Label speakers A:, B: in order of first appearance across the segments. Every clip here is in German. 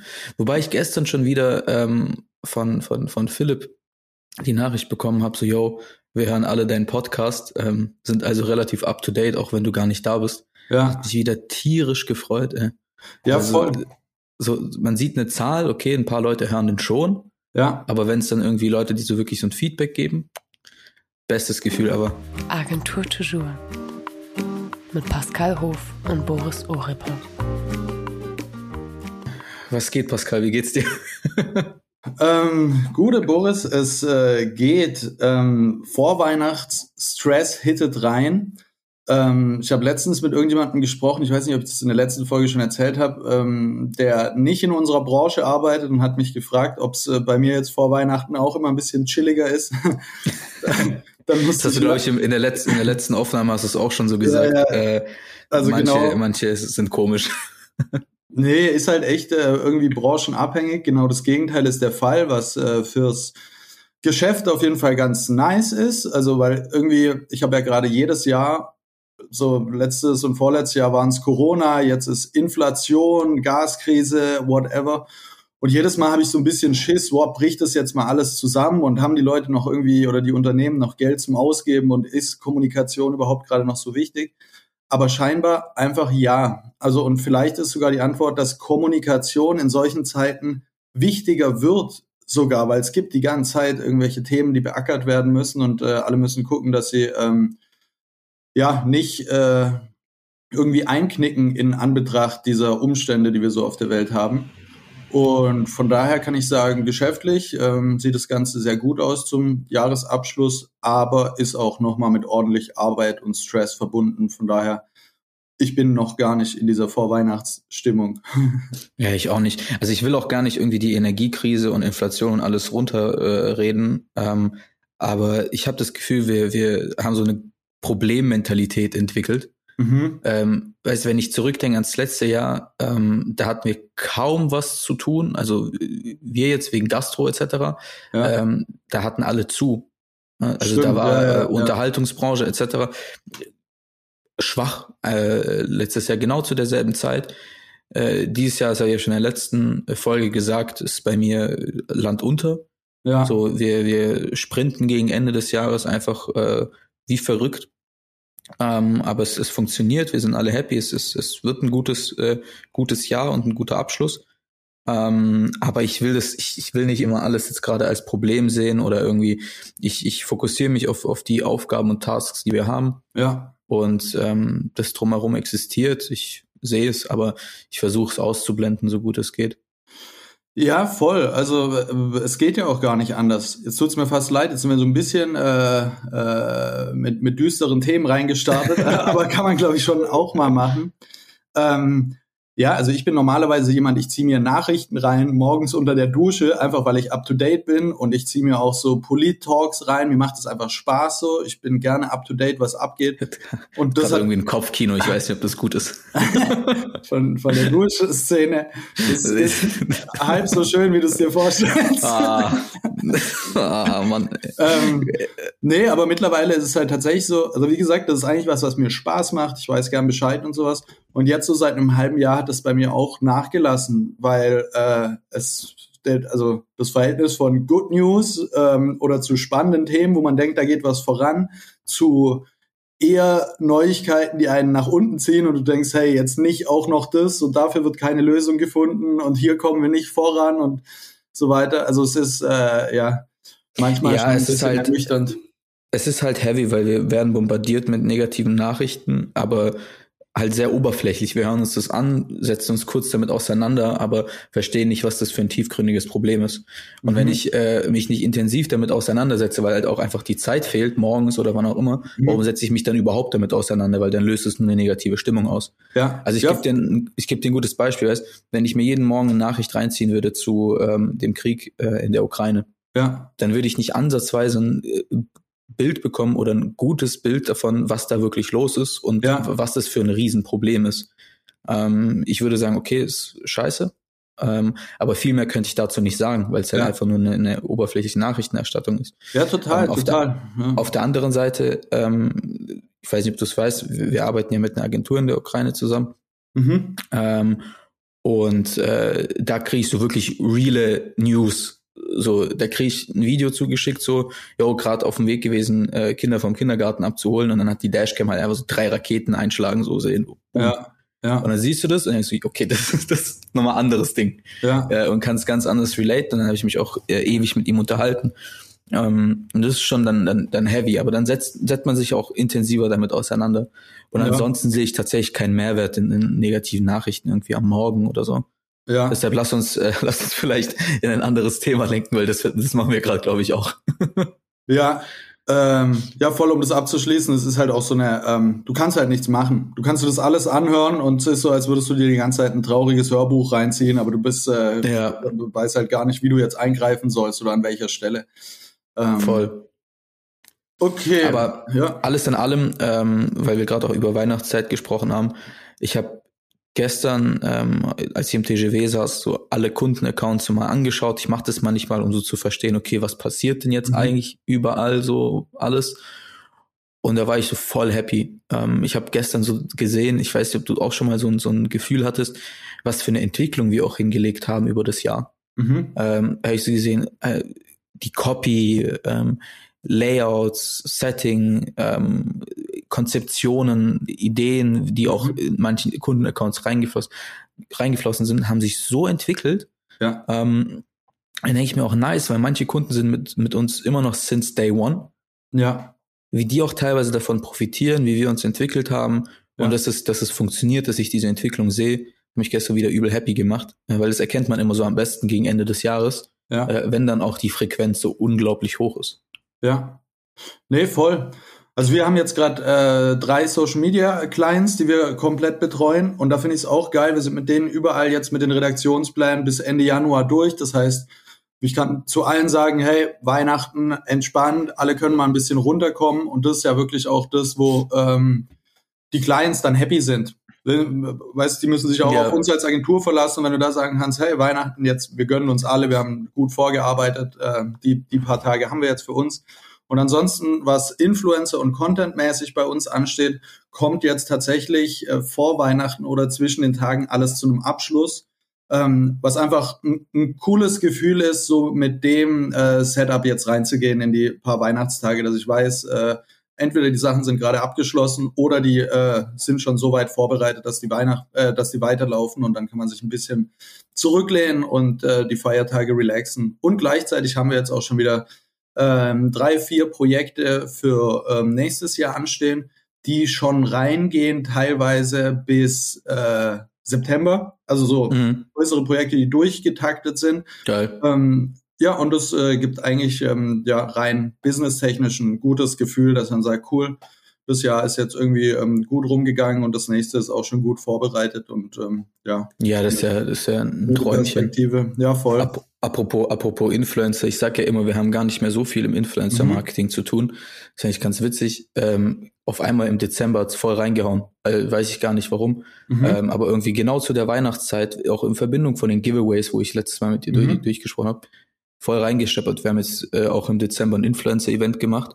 A: Wobei ich gestern schon wieder von Philipp die Nachricht bekommen habe, so, yo, wir hören alle deinen Podcast, sind also relativ up to date, auch wenn du gar nicht da bist.
B: Ja.
A: Hat mich wieder tierisch gefreut, ey.
B: Ja,
A: Also,
B: voll.
A: so, man sieht eine Zahl, okay, ein paar Leute hören den schon,
B: Ja.
A: aber wenn es dann irgendwie Leute, die so wirklich so ein Feedback geben, bestes Gefühl, aber.
C: Agentur Toujours mit Pascal Hof und Boris Ohrippe.
A: Was geht, Pascal? Wie geht's dir?
B: Gute Boris, es geht. Vorweihnachts-Stress hittet rein. Ich habe letztens mit irgendjemandem gesprochen, ich weiß nicht, ob ich das in der letzten Folge schon erzählt habe, der nicht in unserer Branche arbeitet und hat mich gefragt, ob es bei mir jetzt vor Weihnachten auch immer ein bisschen chilliger ist. Dann
A: das hast du, glaube ich, in der letzten Aufnahme hast du es auch schon so gesagt.
B: Ja. Also
A: manche sind komisch.
B: Nee, ist halt echt irgendwie branchenabhängig. Genau das Gegenteil ist der Fall, was fürs Geschäft auf jeden Fall ganz nice ist. Also weil irgendwie, ich habe ja gerade jedes Jahr, so letztes und vorletztes Jahr waren es Corona, jetzt ist Inflation, Gaskrise, whatever. Und jedes Mal habe ich so ein bisschen Schiss, bricht das jetzt mal alles zusammen und haben die Leute noch irgendwie oder die Unternehmen noch Geld zum Ausgeben und ist Kommunikation überhaupt gerade noch so wichtig? Aber scheinbar einfach ja. Also und vielleicht ist sogar die Antwort, dass Kommunikation in solchen Zeiten wichtiger wird sogar, weil es gibt die ganze Zeit irgendwelche Themen, die beackert werden müssen und alle müssen gucken, dass sie nicht irgendwie einknicken in Anbetracht dieser Umstände, die wir so auf der Welt haben. Und von daher kann ich sagen, geschäftlich sieht das Ganze sehr gut aus zum Jahresabschluss, aber ist auch nochmal mit ordentlich Arbeit und Stress verbunden. Von daher, ich bin noch gar nicht in dieser Vorweihnachtsstimmung.
A: Ja, ich auch nicht. Also ich will auch gar nicht irgendwie die Energiekrise und Inflation und alles runterreden. Aber ich habe das Gefühl, wir haben so eine Problemmentalität entwickelt. Weißt du, wenn ich zurückdenke ans letzte Jahr, da hatten wir kaum was zu tun, also wir jetzt wegen Gastro etc., da hatten alle zu. Also stimmt, da war Unterhaltungsbranche etc. schwach, letztes Jahr genau zu derselben Zeit. Dieses Jahr, das habe ich ja schon in der letzten Folge gesagt, ist bei mir Land unter. Ja. So, wir sprinten gegen Ende des Jahres einfach wie verrückt. Aber es funktioniert, wir sind alle happy, es wird ein gutes Jahr und ein guter Abschluss. Aber ich will nicht immer alles jetzt gerade als Problem sehen oder irgendwie, ich fokussiere mich auf die Aufgaben und Tasks, die wir haben. Ja. Und das drumherum existiert, ich sehe es, aber ich versuche es auszublenden, so gut es geht.
B: Ja, voll. Also es geht ja auch gar nicht anders. Jetzt tut's mir fast leid, jetzt sind wir so ein bisschen mit düsteren Themen reingestartet, aber kann man, glaube ich, schon auch mal machen. Ja, also ich bin normalerweise jemand, ich ziehe mir Nachrichten rein, morgens unter der Dusche, einfach weil ich up-to-date bin und ich ziehe mir auch so Polit-Talks rein, mir macht das einfach Spaß so, ich bin gerne up-to-date, was abgeht. Und das hat
A: irgendwie ein Kopfkino, ich weiß nicht, ob das gut ist.
B: von der Duschszene, das ist halb so schön, wie du es dir vorstellst.
A: Mann.
B: Nee, aber mittlerweile ist es halt tatsächlich so, also wie gesagt, das ist eigentlich was mir Spaß macht, ich weiß gern Bescheid und sowas. Und jetzt so seit einem halben Jahr hat das bei mir auch nachgelassen, weil das Verhältnis von Good News oder zu spannenden Themen, wo man denkt, da geht was voran, zu eher Neuigkeiten, die einen nach unten ziehen und du denkst, hey, jetzt nicht auch noch das und dafür wird keine Lösung gefunden und hier kommen wir nicht voran und so weiter. Also es ist manchmal schon ein bisschen ernüchternd.
A: Es ist halt heavy, weil wir werden bombardiert mit negativen Nachrichten, aber halt sehr oberflächlich. Wir hören uns das an, setzen uns kurz damit auseinander, aber verstehen nicht, was das für ein tiefgründiges Problem ist. Und wenn ich mich nicht intensiv damit auseinandersetze, weil halt auch einfach die Zeit fehlt, morgens oder wann auch immer, warum setze ich mich dann überhaupt damit auseinander? Weil dann löst es nur eine negative Stimmung aus. Ja. Also ich gebe dir ein gutes Beispiel. Weißt? Wenn ich mir jeden Morgen eine Nachricht reinziehen würde zu dem Krieg in der Ukraine, dann würde ich nicht ansatzweise ein Bild bekommen oder ein gutes Bild davon, was da wirklich los ist und was das für ein Riesenproblem ist. Ich würde sagen, okay, ist scheiße, aber viel mehr könnte ich dazu nicht sagen, weil es halt einfach nur eine oberflächliche Nachrichtenerstattung ist.
B: Ja, total.
A: Auf der anderen Seite, ich weiß nicht, ob du es weißt, wir arbeiten ja mit einer Agentur in der Ukraine zusammen. Und da kriege ich so wirklich reale News. So, da kriege ich ein Video zugeschickt, so, gerade auf dem Weg gewesen, Kinder vom Kindergarten abzuholen, und dann hat die Dashcam halt einfach so 3 Raketen einschlagen, so sehen.
B: Ja.
A: Und dann siehst du das und denkst du, okay, das ist nochmal ein anderes Ding.
B: Ja.
A: Und kannst ganz anders relate. Und dann habe ich mich auch ewig mit ihm unterhalten. Und das ist schon dann heavy, aber dann setzt man sich auch intensiver damit auseinander. Und ansonsten sehe ich tatsächlich keinen Mehrwert in negativen Nachrichten irgendwie am Morgen oder so. Ja. Deshalb lass uns vielleicht in ein anderes Thema lenken, weil das machen wir gerade, glaube ich, auch.
B: Ja, voll, um das abzuschließen, es ist halt auch so eine, du kannst halt nichts machen. Du kannst dir das alles anhören und es ist so, als würdest du dir die ganze Zeit ein trauriges Hörbuch reinziehen, aber du du weißt halt gar nicht, wie du jetzt eingreifen sollst oder an welcher Stelle.
A: Voll.
B: Okay.
A: Aber alles in allem, weil wir gerade auch über Weihnachtszeit gesprochen haben, ich habe gestern, als ich im TGW saß, so alle Kundenaccounts so mal angeschaut. Ich mache das manchmal, um so zu verstehen, okay, was passiert denn jetzt eigentlich überall so alles? Und da war ich so voll happy. Ich habe gestern so gesehen, ich weiß nicht, ob du auch schon mal so ein Gefühl hattest, was für eine Entwicklung wir auch hingelegt haben über das Jahr. Habe ich so gesehen, die Copy, Layouts, Setting, Konzeptionen, Ideen, die auch in manchen Kundenaccounts reingeflossen sind, haben sich so entwickelt.
B: Ja.
A: Dann denke ich mir auch nice, weil manche Kunden sind mit uns immer noch since day one.
B: Ja.
A: Wie die auch teilweise davon profitieren, wie wir uns entwickelt haben und dass es funktioniert, dass ich diese Entwicklung sehe, hat mich gestern wieder übel happy gemacht, weil das erkennt man immer so am besten gegen Ende des Jahres, wenn dann auch die Frequenz so unglaublich hoch ist.
B: Ja. Nee, voll. Also wir haben jetzt gerade 3 Social Media Clients, die wir komplett betreuen, und da finde ich es auch geil. Wir sind mit denen überall jetzt mit den Redaktionsplänen bis Ende Januar durch. Das heißt, ich kann zu allen sagen, hey, Weihnachten entspannt, alle können mal ein bisschen runterkommen, und das ist ja wirklich auch das, wo die Clients dann happy sind. Weißt, die müssen sich auch auf uns als Agentur verlassen, und wenn du da sagen kannst, hey, Weihnachten jetzt, wir gönnen uns alle, wir haben gut vorgearbeitet, die paar Tage haben wir jetzt für uns. Und ansonsten, was Influencer- und Content-mäßig bei uns ansteht, kommt jetzt tatsächlich vor Weihnachten oder zwischen den Tagen alles zu einem Abschluss, was einfach ein cooles Gefühl ist, so mit dem Setup jetzt reinzugehen in die paar Weihnachtstage, dass ich weiß, entweder die Sachen sind gerade abgeschlossen oder die sind schon so weit vorbereitet, dass die weiterlaufen, und dann kann man sich ein bisschen zurücklehnen und die Feiertage relaxen. Und gleichzeitig haben wir jetzt auch schon wieder 3, 4 Projekte für nächstes Jahr anstehen, die schon reingehen, teilweise bis September. Also so größere Projekte, die durchgetaktet sind.
A: Geil.
B: Und das gibt eigentlich rein businesstechnisch ein gutes Gefühl, dass man sagt, cool, das Jahr ist jetzt irgendwie gut rumgegangen und das nächste ist auch schon gut vorbereitet, und
A: Ja, das ist ja ein Träumchen.
B: Perspektive. Ja, voll.
A: Apropos Influencer, ich sag ja immer, wir haben gar nicht mehr so viel im Influencer-Marketing zu tun. Das ist eigentlich ganz witzig. Auf einmal im Dezember hat's voll reingehauen. Weiß ich gar nicht warum. Aber irgendwie genau zu der Weihnachtszeit, auch in Verbindung von den Giveaways, wo ich letztes Mal mit dir durchgesprochen habe, voll reingescheppert. Wir haben jetzt auch im Dezember ein Influencer-Event gemacht.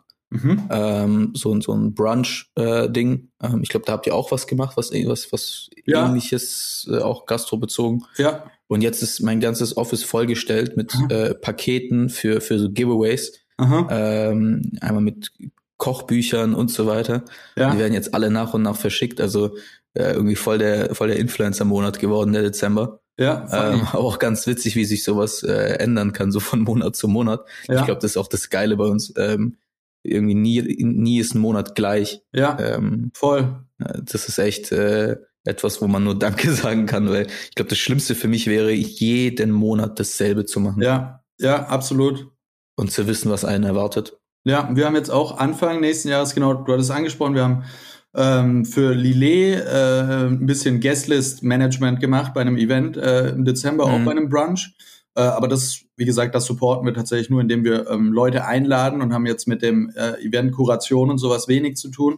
A: So ein Brunch-Ding. Ich glaube, da habt ihr auch was gemacht, was Ähnliches, auch gastrobezogen.
B: Ja.
A: Und jetzt ist mein ganzes Office vollgestellt mit Paketen für so Giveaways. Einmal mit Kochbüchern und so weiter. Ja. Die werden jetzt alle nach und nach verschickt. Also irgendwie voll der Influencer-Monat geworden, der Dezember.
B: Ja,
A: aber auch ganz witzig, wie sich sowas ändern kann, so von Monat zu Monat. Ja. Ich glaube, das ist auch das Geile bei uns. Irgendwie nie ist ein Monat gleich.
B: Ja, voll.
A: Das ist echt etwas, wo man nur Danke sagen kann, weil ich glaube, das Schlimmste für mich wäre, jeden Monat dasselbe zu machen.
B: Ja, absolut.
A: Und zu wissen, was einen erwartet.
B: Ja, wir haben jetzt auch Anfang nächsten Jahres, genau, du hattest es angesprochen, wir haben für Lillet ein bisschen Guestlist-Management gemacht bei einem Event im Dezember, auch bei einem Brunch. Aber das, wie gesagt, das supporten wir tatsächlich nur, indem wir Leute einladen, und haben jetzt mit dem Event-Kuration und sowas wenig zu tun.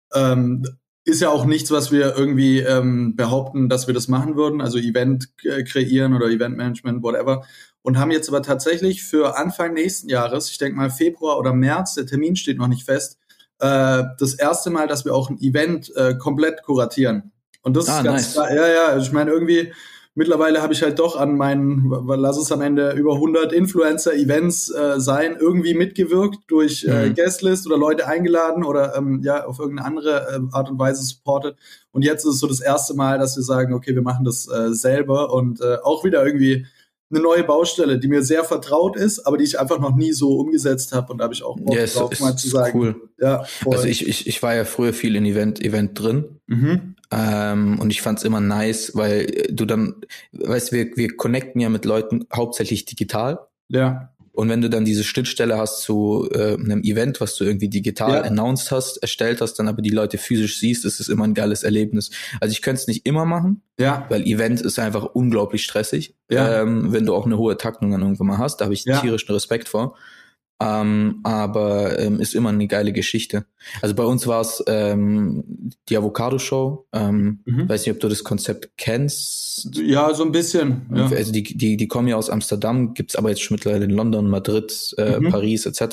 B: Ist ja auch nichts, was wir irgendwie behaupten, dass wir das machen würden, also Event kreieren oder Event-Management, whatever. Und haben jetzt aber tatsächlich für Anfang nächsten Jahres, ich denke mal Februar oder März, der Termin steht noch nicht fest, das erste Mal, dass wir auch ein Event komplett kuratieren. Und das ist ganz nice. Ja, ich meine, irgendwie mittlerweile habe ich halt doch an meinen, lass es am Ende über 100 Influencer-Events sein, irgendwie mitgewirkt durch Guestlist oder Leute eingeladen oder auf irgendeine andere Art und Weise supported. Und jetzt ist es so das erste Mal, dass wir sagen, okay, wir machen das selber und auch wieder irgendwie eine neue Baustelle, die mir sehr vertraut ist, aber die ich einfach noch nie so umgesetzt habe. Und da habe ich auch Bock drauf, mal zu sagen.
A: Cool.
B: Ja, voll.
A: Also ich war ja früher viel in Event drin. Und ich fand's immer nice, weil du dann, weißt, wir connecten ja mit Leuten hauptsächlich digital.
B: Ja.
A: Und wenn du dann diese Schnittstelle hast zu einem Event, was du irgendwie digital announced hast, erstellt hast, dann aber die Leute physisch siehst, ist es immer ein geiles Erlebnis. Also ich könnte es nicht immer machen, weil Event ist einfach unglaublich stressig, wenn du auch eine hohe Taktung dann irgendwann mal hast. Da habe ich tierischen Respekt vor. Aber ist immer eine geile Geschichte. Also bei uns war es die Avocado-Show. Weiß nicht, ob du das Konzept kennst.
B: Ja, so ein bisschen. Ja.
A: Also die kommen ja aus Amsterdam, gibt's aber jetzt schon mittlerweile in London, Madrid, Paris etc.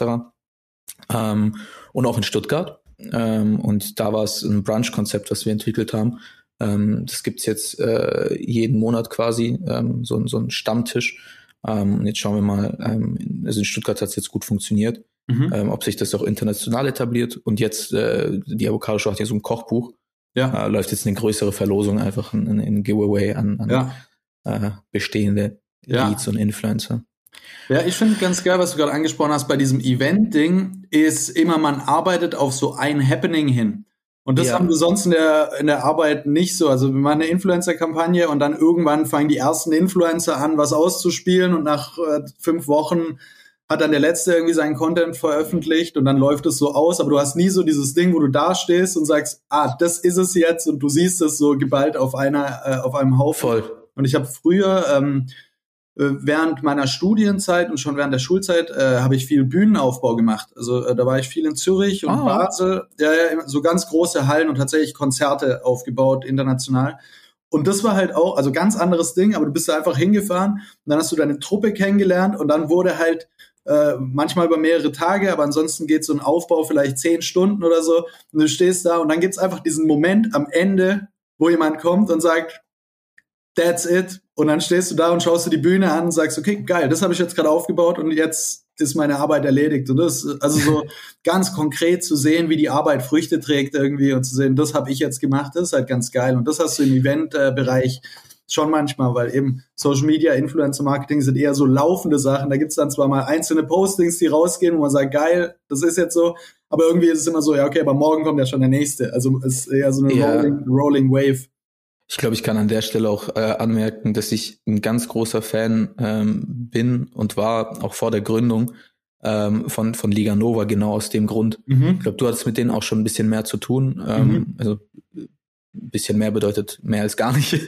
A: Und auch in Stuttgart. Und da war es ein Brunch-Konzept, was wir entwickelt haben. Das gibt's jetzt jeden Monat quasi, so ein Stammtisch. Und jetzt schauen wir mal, also in Stuttgart hat es jetzt gut funktioniert, ob sich das auch international etabliert. Und jetzt, die Avocado Show hat ja so ein Kochbuch, läuft jetzt eine größere Verlosung, einfach ein Giveaway an bestehende Leads und Influencer.
B: Ja, ich finde ganz geil, was du gerade angesprochen hast bei diesem Event-Ding, ist immer, man arbeitet auf so ein Happening hin. Und das haben wir sonst in der Arbeit nicht so. Also wir machen eine Influencer-Kampagne und dann irgendwann fangen die ersten Influencer an, was auszuspielen und nach 5 Wochen hat dann der Letzte irgendwie seinen Content veröffentlicht und dann läuft es so aus, aber du hast nie so dieses Ding, wo du da stehst und sagst, das ist es jetzt und du siehst es so geballt auf einem Haufen.
A: Voll.
B: Und ich habe früher während meiner Studienzeit und schon während der Schulzeit habe ich viel Bühnenaufbau gemacht. Also da war ich viel in Zürich und Basel, so ganz große Hallen und tatsächlich Konzerte aufgebaut, international. Und das war halt auch, also ganz anderes Ding, aber du bist da einfach hingefahren und dann hast du deine Truppe kennengelernt und dann wurde halt manchmal über mehrere Tage, aber ansonsten geht so ein Aufbau vielleicht 10 Stunden oder so und du stehst da und dann gibt's einfach diesen Moment am Ende, wo jemand kommt und sagt, that's it. Und dann stehst du da und schaust dir die Bühne an und sagst, okay, geil, das habe ich jetzt gerade aufgebaut und jetzt ist meine Arbeit erledigt. Und das, also so ganz konkret zu sehen, wie die Arbeit Früchte trägt irgendwie und zu sehen, das habe ich jetzt gemacht, das ist halt ganz geil. Und das hast du im Event-Bereich schon manchmal, weil eben Social Media, Influencer-Marketing sind eher so laufende Sachen. Da gibt's dann zwar mal einzelne Postings, die rausgehen, wo man sagt, geil, das ist jetzt so, aber irgendwie ist es immer so, ja okay, aber morgen kommt ja schon der nächste. Also es ist eher so eine Rolling Wave.
A: Ich glaube, ich kann an der Stelle auch anmerken, dass ich ein ganz großer Fan bin und war, auch vor der Gründung von Liga Nova, genau aus dem Grund. Ich glaube, du hattest mit denen auch schon ein bisschen mehr zu tun. Also ein bisschen mehr bedeutet mehr als gar nicht.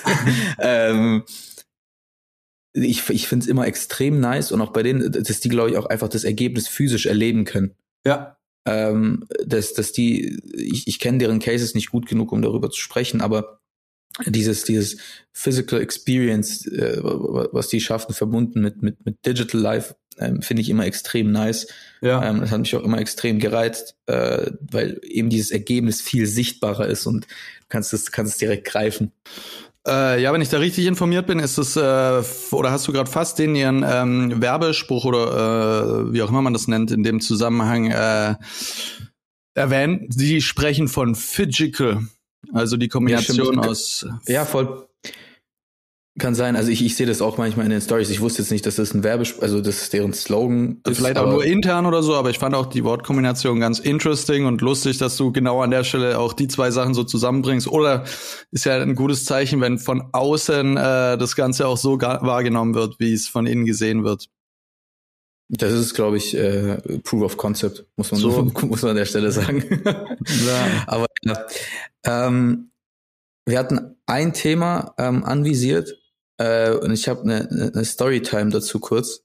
A: Ich finde es immer extrem nice und auch bei denen, dass die, glaube ich, auch einfach das Ergebnis physisch erleben können.
B: Ja.
A: Dass die, ich kenne deren Cases nicht gut genug, um darüber zu sprechen, aber dieses Physical Experience, was die schaffen, verbunden mit Digital Life, finde ich immer extrem nice. Ja. Das hat mich auch immer extrem gereizt, weil eben dieses Ergebnis viel sichtbarer ist und du kannst es direkt greifen.
D: Wenn ich da richtig informiert bin, ist es, oder hast du gerade fast ihren Werbespruch oder wie auch immer man das nennt, in dem Zusammenhang erwähnt. Sie sprechen von Phygical. Also die Kombination aus...
A: Ja, voll. Kann sein. Also ich sehe das auch manchmal in den Stories. Ich wusste jetzt nicht, dass das ein also das ist deren Slogan ist.
D: Vielleicht auch nur intern oder so, aber ich fand auch die Wortkombination ganz interesting und lustig, dass du genau an der Stelle auch die 2 Sachen so zusammenbringst. Oder ist ja ein gutes Zeichen, wenn von außen das Ganze auch so wahrgenommen wird, wie es von innen gesehen wird.
A: Das ist, glaube ich, Proof of Concept, muss man an der Stelle sagen. Ja. Aber wir hatten ein Thema anvisiert und ich habe eine Storytime dazu kurz.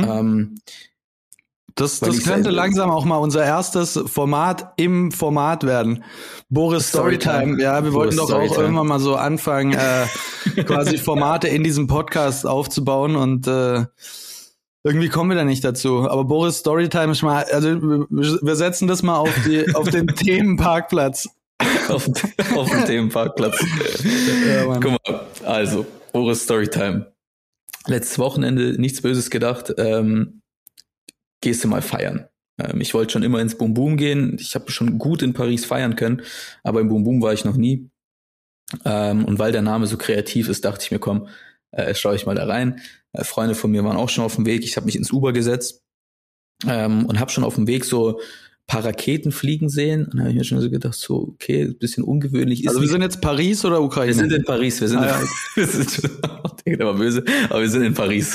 D: Das könnte langsam auch mal unser erstes Format im Format werden. Boris Storytime. Ja, wir wollten doch auch irgendwann mal so anfangen, quasi Formate in diesem Podcast aufzubauen und irgendwie kommen wir da nicht dazu. Aber Boris Storytime ist mal, also wir setzen das mal auf den Themenparkplatz.
A: auf dem Themenparkplatz. Ja, guck mal, also Boris Storytime. Letztes Wochenende, nichts Böses gedacht, gehst du mal feiern. Ich wollte schon immer ins Boom Boom gehen. Ich habe schon gut in Paris feiern können, aber im Boom Boom war ich noch nie. Und weil der Name so kreativ ist, dachte ich mir, komm, schaue ich mal da rein. Freunde von mir waren auch schon auf dem Weg. Ich habe mich ins Uber gesetzt und habe schon auf dem Weg so ein paar Raketen fliegen sehen. Und da habe ich mir schon so gedacht, so okay, ein bisschen ungewöhnlich.
D: Also wir sind jetzt Paris oder Ukraine?
A: Wir sind in Paris. Wir sind der war böse, aber wir sind in Paris.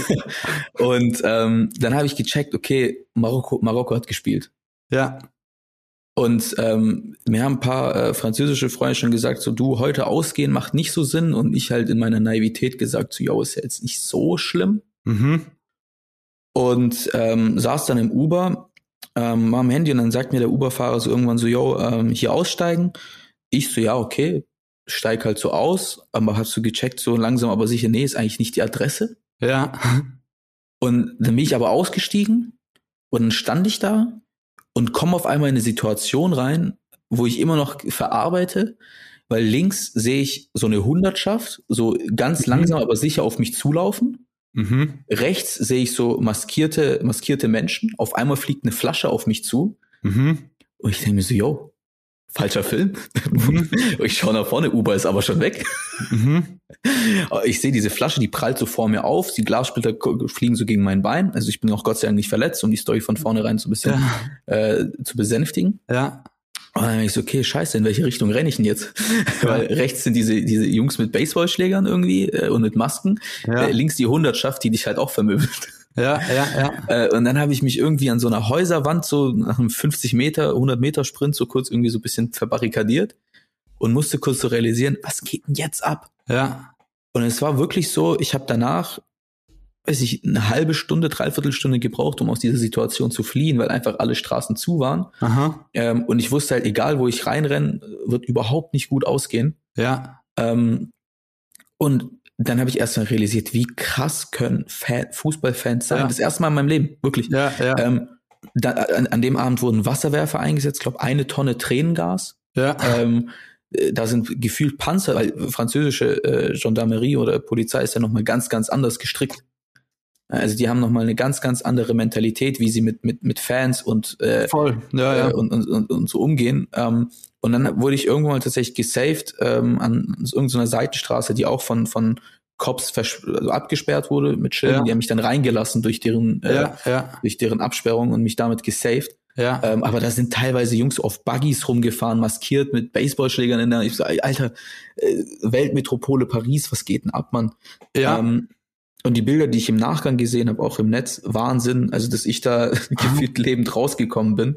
A: Und dann habe ich gecheckt, okay, Marokko hat gespielt.
D: Ja.
A: Und mir haben ein paar französische Freunde schon gesagt, so du, heute ausgehen macht nicht so Sinn. Und ich halt in meiner Naivität gesagt, so ist ja jetzt nicht so schlimm.
D: Mhm.
A: Und saß dann im Uber, war am Handy und dann sagt mir der Uberfahrer so irgendwann so, hier aussteigen. Ich so, ja, okay, steig halt so aus, aber hast du gecheckt, so langsam aber sicher, nee, ist eigentlich nicht die Adresse.
D: Ja.
A: Und dann bin ich aber ausgestiegen und dann stand ich da und komme auf einmal in eine Situation rein, wo ich immer noch verarbeite, weil links sehe ich so eine Hundertschaft, so ganz langsam aber sicher auf mich zulaufen.
D: Mhm.
A: Rechts sehe ich so maskierte Menschen. Auf einmal fliegt eine Flasche auf mich zu.
D: Mhm.
A: Und ich denke mir so, falscher Film. Mhm. Ich schaue nach vorne, Uber ist aber schon weg.
D: Mhm.
A: Ich sehe diese Flasche, die prallt so vor mir auf. Die Glassplitter fliegen so gegen mein Bein. Also ich bin auch Gott sei Dank nicht verletzt, um die Story von vornherein so ein bisschen zu besänftigen.
D: Ja.
A: Und dann bin ich so, okay, scheiße, in welche Richtung renne ich denn jetzt? Ja. Weil rechts sind diese Jungs mit Baseballschlägern irgendwie und mit Masken. Ja. Links die Hundertschaft, die dich halt auch vermöbelt.
D: Ja.
A: Und dann habe ich mich irgendwie an so einer Häuserwand so nach einem 100 Meter Sprint so kurz irgendwie so ein bisschen verbarrikadiert und musste kurz so realisieren, was geht denn jetzt ab?
D: Ja.
A: Und es war wirklich so, ich habe danach, eine halbe Stunde, dreiviertel gebraucht, um aus dieser Situation zu fliehen, weil einfach alle Straßen zu waren.
D: Aha.
A: Und ich wusste halt, egal wo ich reinrenne, wird überhaupt nicht gut ausgehen.
D: Ja.
A: Und dann habe ich erst mal realisiert, wie krass können Fußballfans sein. Ja. Das erste Mal in meinem Leben, wirklich.
D: Ja.
A: An dem Abend wurden Wasserwerfer eingesetzt, glaube 1 Tonne Tränengas.
D: Ja.
A: Da sind gefühlt Panzer, weil französische Gendarmerie oder Polizei ist ja nochmal ganz, ganz anders gestrickt. Also die haben nochmal eine ganz, ganz andere Mentalität, wie sie mit Fans und
D: voll. Ja.
A: Und so umgehen. Und dann wurde ich irgendwann mal tatsächlich gesaved an irgendeiner Seitenstraße, die auch von Cops abgesperrt wurde mit Schilden. Ja. Die haben mich dann reingelassen durch deren Absperrung und mich damit gesaved.
D: Ja.
A: Aber da sind teilweise Jungs auf Buggies rumgefahren, maskiert mit Baseballschlägern in der. Ich so, Alter, Weltmetropole Paris, was geht denn ab, Mann?
D: Ja.
A: Und die Bilder, die ich im Nachgang gesehen habe, auch im Netz, Wahnsinn. Also, dass ich da gefühlt lebend rausgekommen bin.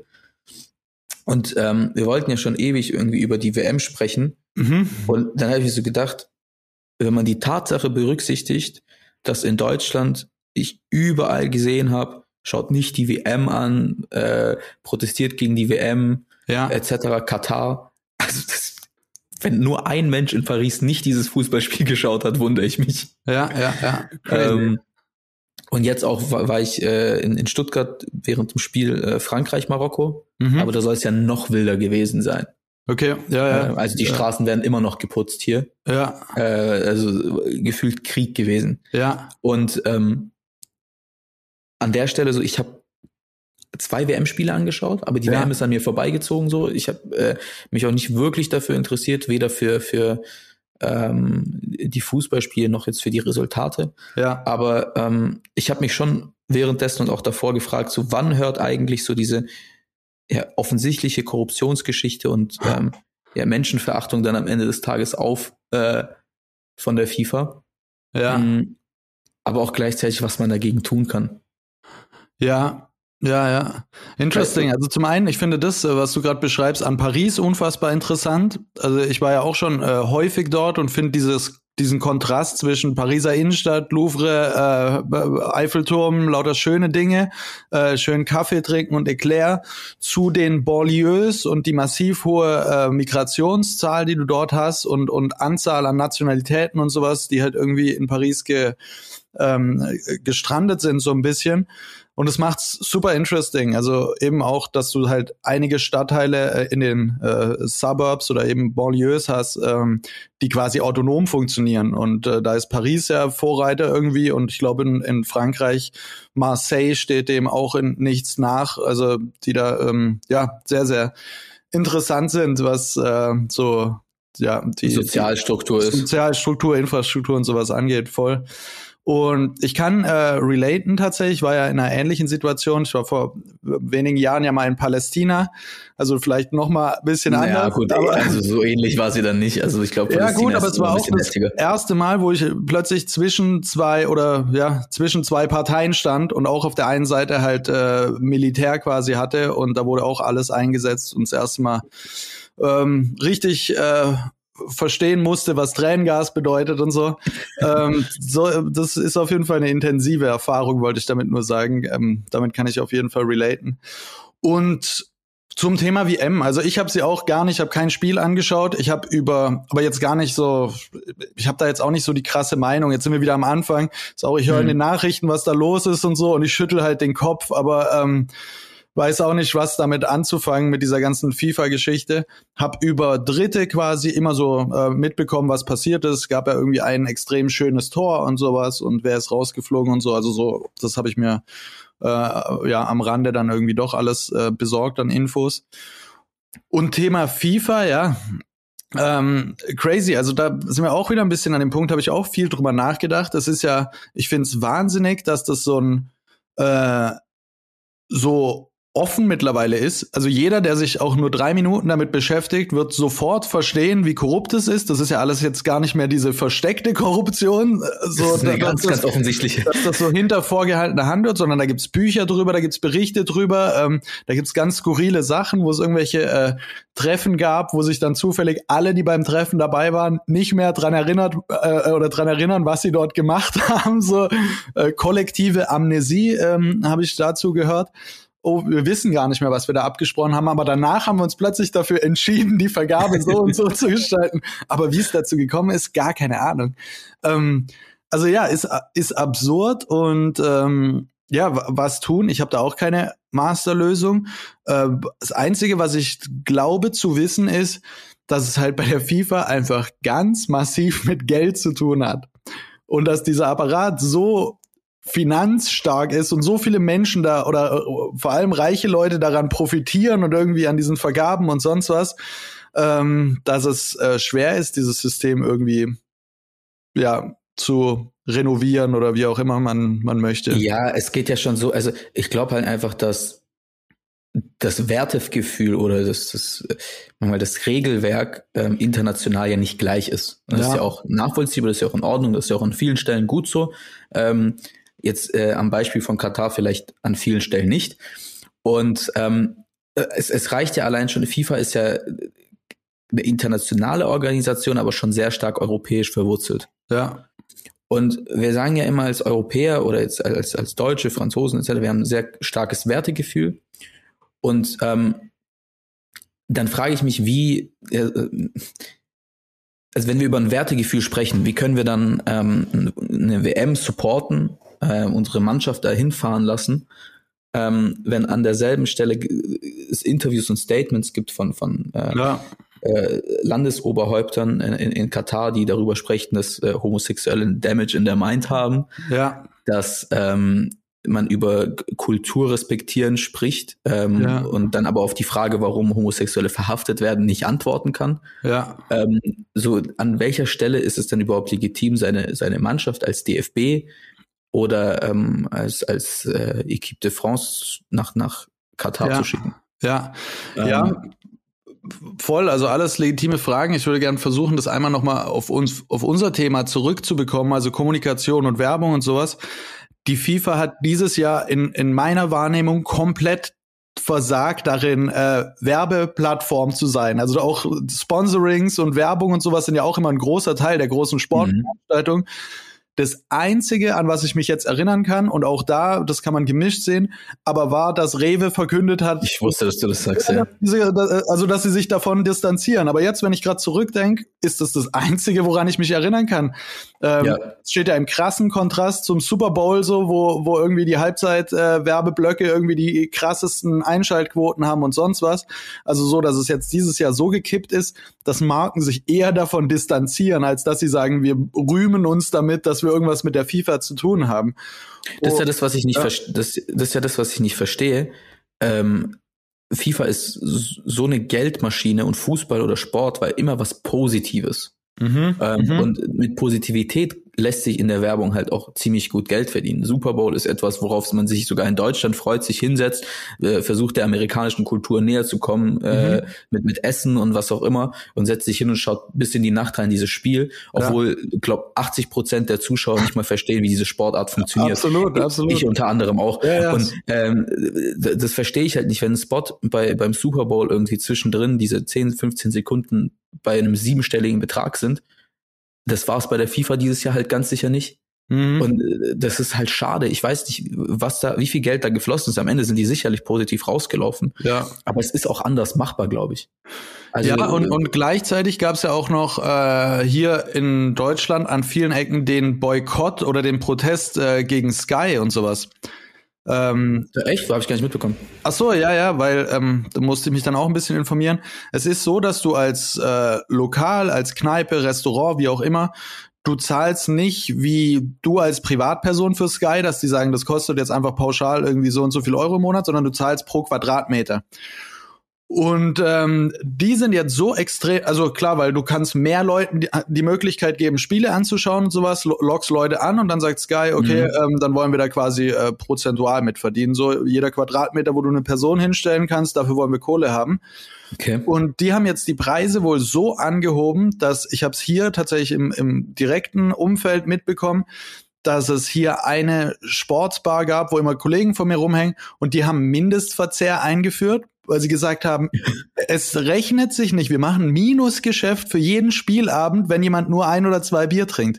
A: Und wir wollten ja schon ewig irgendwie über die WM sprechen.
D: Mhm.
A: Und dann habe ich so gedacht, wenn man die Tatsache berücksichtigt, dass in Deutschland ich überall gesehen habe, schaut nicht die WM an, protestiert gegen die WM, etc., Katar. Also wenn nur ein Mensch in Paris nicht dieses Fußballspiel geschaut hat, wundere ich mich.
D: Ja.
A: Und jetzt auch war ich in Stuttgart während dem Spiel Frankreich-Marokko, aber da soll es ja noch wilder gewesen sein.
D: Okay, ja.
A: Also die Straßen werden immer noch geputzt hier.
D: Ja.
A: Also gefühlt Krieg gewesen.
D: Ja.
A: Und an der Stelle so, ich habe 2 WM-Spiele angeschaut, aber die WM ist an mir vorbeigezogen so. Ich habe mich auch nicht wirklich dafür interessiert, weder für die Fußballspiele noch jetzt für die Resultate.
D: Ja.
A: Aber ich habe mich schon währenddessen und auch davor gefragt, so wann hört eigentlich so diese offensichtliche Korruptionsgeschichte und Menschenverachtung dann am Ende des Tages auf von der FIFA.
D: Ja.
A: Aber auch gleichzeitig, was man dagegen tun kann.
D: Ja. Interesting. Also zum einen, ich finde das, was du gerade beschreibst, an Paris unfassbar interessant. Also ich war ja auch schon häufig dort und finde diesen Kontrast zwischen Pariser Innenstadt, Louvre, Eiffelturm, lauter schöne Dinge, schön Kaffee trinken und Eclair, zu den Banlieues und die massiv hohe Migrationszahl, die du dort hast und Anzahl an Nationalitäten und sowas, die halt irgendwie in Paris gestrandet sind so ein bisschen. Und es macht's super interesting. Also eben auch, dass du halt einige Stadtteile in den Suburbs oder eben Banlieues hast, die quasi autonom funktionieren. Und da ist Paris ja Vorreiter irgendwie. Und ich glaube in Frankreich, Marseille steht dem auch in nichts nach. Also die da sehr, sehr interessant sind, was die Sozialstruktur, Infrastruktur und sowas angeht, voll. Und ich kann relaten tatsächlich, ich war ja in einer ähnlichen Situation. Ich war vor wenigen Jahren ja mal in Palästina, also vielleicht noch mal ein bisschen anders.
A: Ja gut, aber also so ähnlich war sie dann nicht. Also ich glaube,
D: ja gut, aber es war auch das erste Mal, wo ich plötzlich zwischen zwei Parteien stand und auch auf der einen Seite halt Militär quasi hatte und da wurde auch alles eingesetzt und das erste Mal richtig verstehen musste, was Tränengas bedeutet und so. Das ist auf jeden Fall eine intensive Erfahrung, wollte ich damit nur sagen. Damit kann ich auf jeden Fall relaten. Und zum Thema WM, also ich habe sie auch gar nicht, habe kein Spiel angeschaut. Ich habe aber jetzt gar nicht so, ich habe da jetzt auch nicht so die krasse Meinung. Jetzt sind wir wieder am Anfang. Ich höre in den Nachrichten, was da los ist und so und ich schüttel halt den Kopf, aber weiß auch nicht, was damit anzufangen mit dieser ganzen FIFA-Geschichte. Hab über Dritte quasi immer so mitbekommen, was passiert ist. Gab ja irgendwie ein extrem schönes Tor und sowas und wer ist rausgeflogen und so. Also so, das habe ich mir am Rande dann irgendwie doch alles besorgt an Infos. Und Thema FIFA, crazy. Also da sind wir auch wieder ein bisschen an dem Punkt, habe ich auch viel drüber nachgedacht. Das ist ja, ich finde es wahnsinnig, dass das so ein so offen mittlerweile ist. Also jeder, der sich auch nur 3 Minuten damit beschäftigt, wird sofort verstehen, wie korrupt es ist. Das ist ja alles jetzt gar nicht mehr diese versteckte Korruption.
A: So, das ist eine ganz offensichtliche.
D: Dass das so hinter vorgehaltener Hand wird, sondern da gibt's Bücher drüber, da gibt's Berichte drüber, da gibt's ganz skurrile Sachen, wo es irgendwelche Treffen gab, wo sich dann zufällig alle, die beim Treffen dabei waren, nicht mehr dran erinnern, was sie dort gemacht haben. So kollektive Amnesie habe ich dazu gehört. Oh, wir wissen gar nicht mehr, was wir da abgesprochen haben, aber danach haben wir uns plötzlich dafür entschieden, die Vergabe so und so zu gestalten. Aber wie es dazu gekommen ist, gar keine Ahnung. Also ja, ist absurd und was tun? Ich habe da auch keine Masterlösung. Das Einzige, was ich glaube zu wissen, ist, dass es halt bei der FIFA einfach ganz massiv mit Geld zu tun hat. Und dass dieser Apparat so finanzstark ist und so viele Menschen da oder vor allem reiche Leute daran profitieren und irgendwie an diesen Vergaben und sonst was, dass es schwer ist, dieses System irgendwie zu renovieren oder wie auch immer man möchte.
A: Ja, es geht ja schon so, also ich glaube halt einfach, dass das Wertegefühl oder das Regelwerk international ja nicht gleich ist. Das ist ja auch nachvollziehbar, das ist ja auch in Ordnung, das ist ja auch an vielen Stellen gut so. Jetzt am Beispiel von Katar vielleicht an vielen Stellen nicht. Und es reicht ja allein schon, FIFA ist ja eine internationale Organisation, aber schon sehr stark europäisch verwurzelt.
D: Ja.
A: Und wir sagen ja immer als Europäer oder jetzt als Deutsche, Franzosen etc., wir haben ein sehr starkes Wertegefühl. Und dann frage ich mich, also wenn wir über ein Wertegefühl sprechen, wie können wir dann eine WM supporten, unsere Mannschaft dahin fahren lassen, wenn an derselben Stelle es Interviews und Statements gibt von Landesoberhäuptern in Katar, die darüber sprechen, dass Homosexuelle Damage in der Mind haben, dass man über Kultur respektieren spricht und dann aber auf die Frage, warum Homosexuelle verhaftet werden, nicht antworten kann.
D: Ja.
A: So an welcher Stelle ist es denn überhaupt legitim, seine Mannschaft als DFB oder als Équipe de France nach Katar zu schicken?
D: Ja. Voll, also alles legitime Fragen. Ich würde gerne versuchen, das einmal nochmal auf unser Thema zurückzubekommen, also Kommunikation und Werbung und sowas. Die FIFA hat dieses Jahr in meiner Wahrnehmung komplett versagt darin, Werbeplattform zu sein. Also auch Sponsorings und Werbung und sowas sind ja auch immer ein großer Teil der großen Sportveranstaltung. Das Einzige, an was ich mich jetzt erinnern kann, und auch da, das kann man gemischt sehen, aber war, dass Rewe verkündet hat.
A: Ich wusste, dass du das sagst, ja.
D: Also, dass sie sich davon distanzieren. Aber jetzt, wenn ich gerade zurückdenke, ist das Einzige, woran ich mich erinnern kann. Es steht ja im krassen Kontrast zum Super Bowl so, wo irgendwie die Halbzeit-Werbeblöcke irgendwie die krassesten Einschaltquoten haben und sonst was. Also so, dass es jetzt dieses Jahr so gekippt ist, dass Marken sich eher davon distanzieren, als dass sie sagen, wir rühmen uns damit, dass wir irgendwas mit der FIFA zu tun haben.
A: Das ist ja das, was ich nicht das ist ja das, was ich nicht verstehe. FIFA ist so eine Geldmaschine und Fußball oder Sport war immer was Positives. Und mit Positivität lässt sich in der Werbung halt auch ziemlich gut Geld verdienen. Super Bowl ist etwas, worauf man sich sogar in Deutschland freut, sich hinsetzt, versucht der amerikanischen Kultur näher zu kommen, mit Essen und was auch immer, und setzt sich hin und schaut bis in die Nacht rein dieses Spiel, obwohl, ich glaube, 80% der Zuschauer nicht mal verstehen, wie diese Sportart funktioniert.
D: Absolut.
A: Ich unter anderem auch.
D: Ja.
A: Und das verstehe ich halt nicht, wenn ein Spot beim Super Bowl irgendwie zwischendrin diese 10, 15 Sekunden bei einem 7-stelligen Betrag sind. Das war es bei der FIFA dieses Jahr halt ganz sicher nicht. Und das ist halt schade. Ich weiß nicht, wie viel Geld da geflossen ist. Am Ende sind die sicherlich positiv rausgelaufen.
D: Ja.
A: Aber es ist auch anders machbar, glaube ich. Also,
D: ja, und gleichzeitig gab es ja auch noch hier in Deutschland an vielen Ecken den Boykott oder den Protest gegen Sky und sowas.
A: Echt? Habe ich gar nicht mitbekommen.
D: Ach so, ja, weil da musste ich mich dann auch ein bisschen informieren. Es ist so, dass du als Lokal, als Kneipe, Restaurant, wie auch immer, du zahlst nicht wie du als Privatperson für Sky, dass die sagen, das kostet jetzt einfach pauschal irgendwie so und so viel Euro im Monat, sondern du zahlst pro Quadratmeter. Und die sind jetzt so extrem, also klar, weil du kannst mehr Leuten die Möglichkeit geben, Spiele anzuschauen und sowas, lockst Leute an und dann sagt Sky, okay, dann wollen wir da quasi prozentual mitverdienen. So jeder Quadratmeter, wo du eine Person hinstellen kannst, dafür wollen wir Kohle haben.
A: Okay.
D: Und die haben jetzt die Preise wohl so angehoben, dass ich habe es hier tatsächlich im direkten Umfeld mitbekommen, dass es hier eine Sportsbar gab, wo immer Kollegen von mir rumhängen und die haben Mindestverzehr eingeführt, weil sie gesagt haben, es rechnet sich nicht, wir machen Minusgeschäft für jeden Spielabend, wenn jemand nur 1 oder 2 Bier trinkt.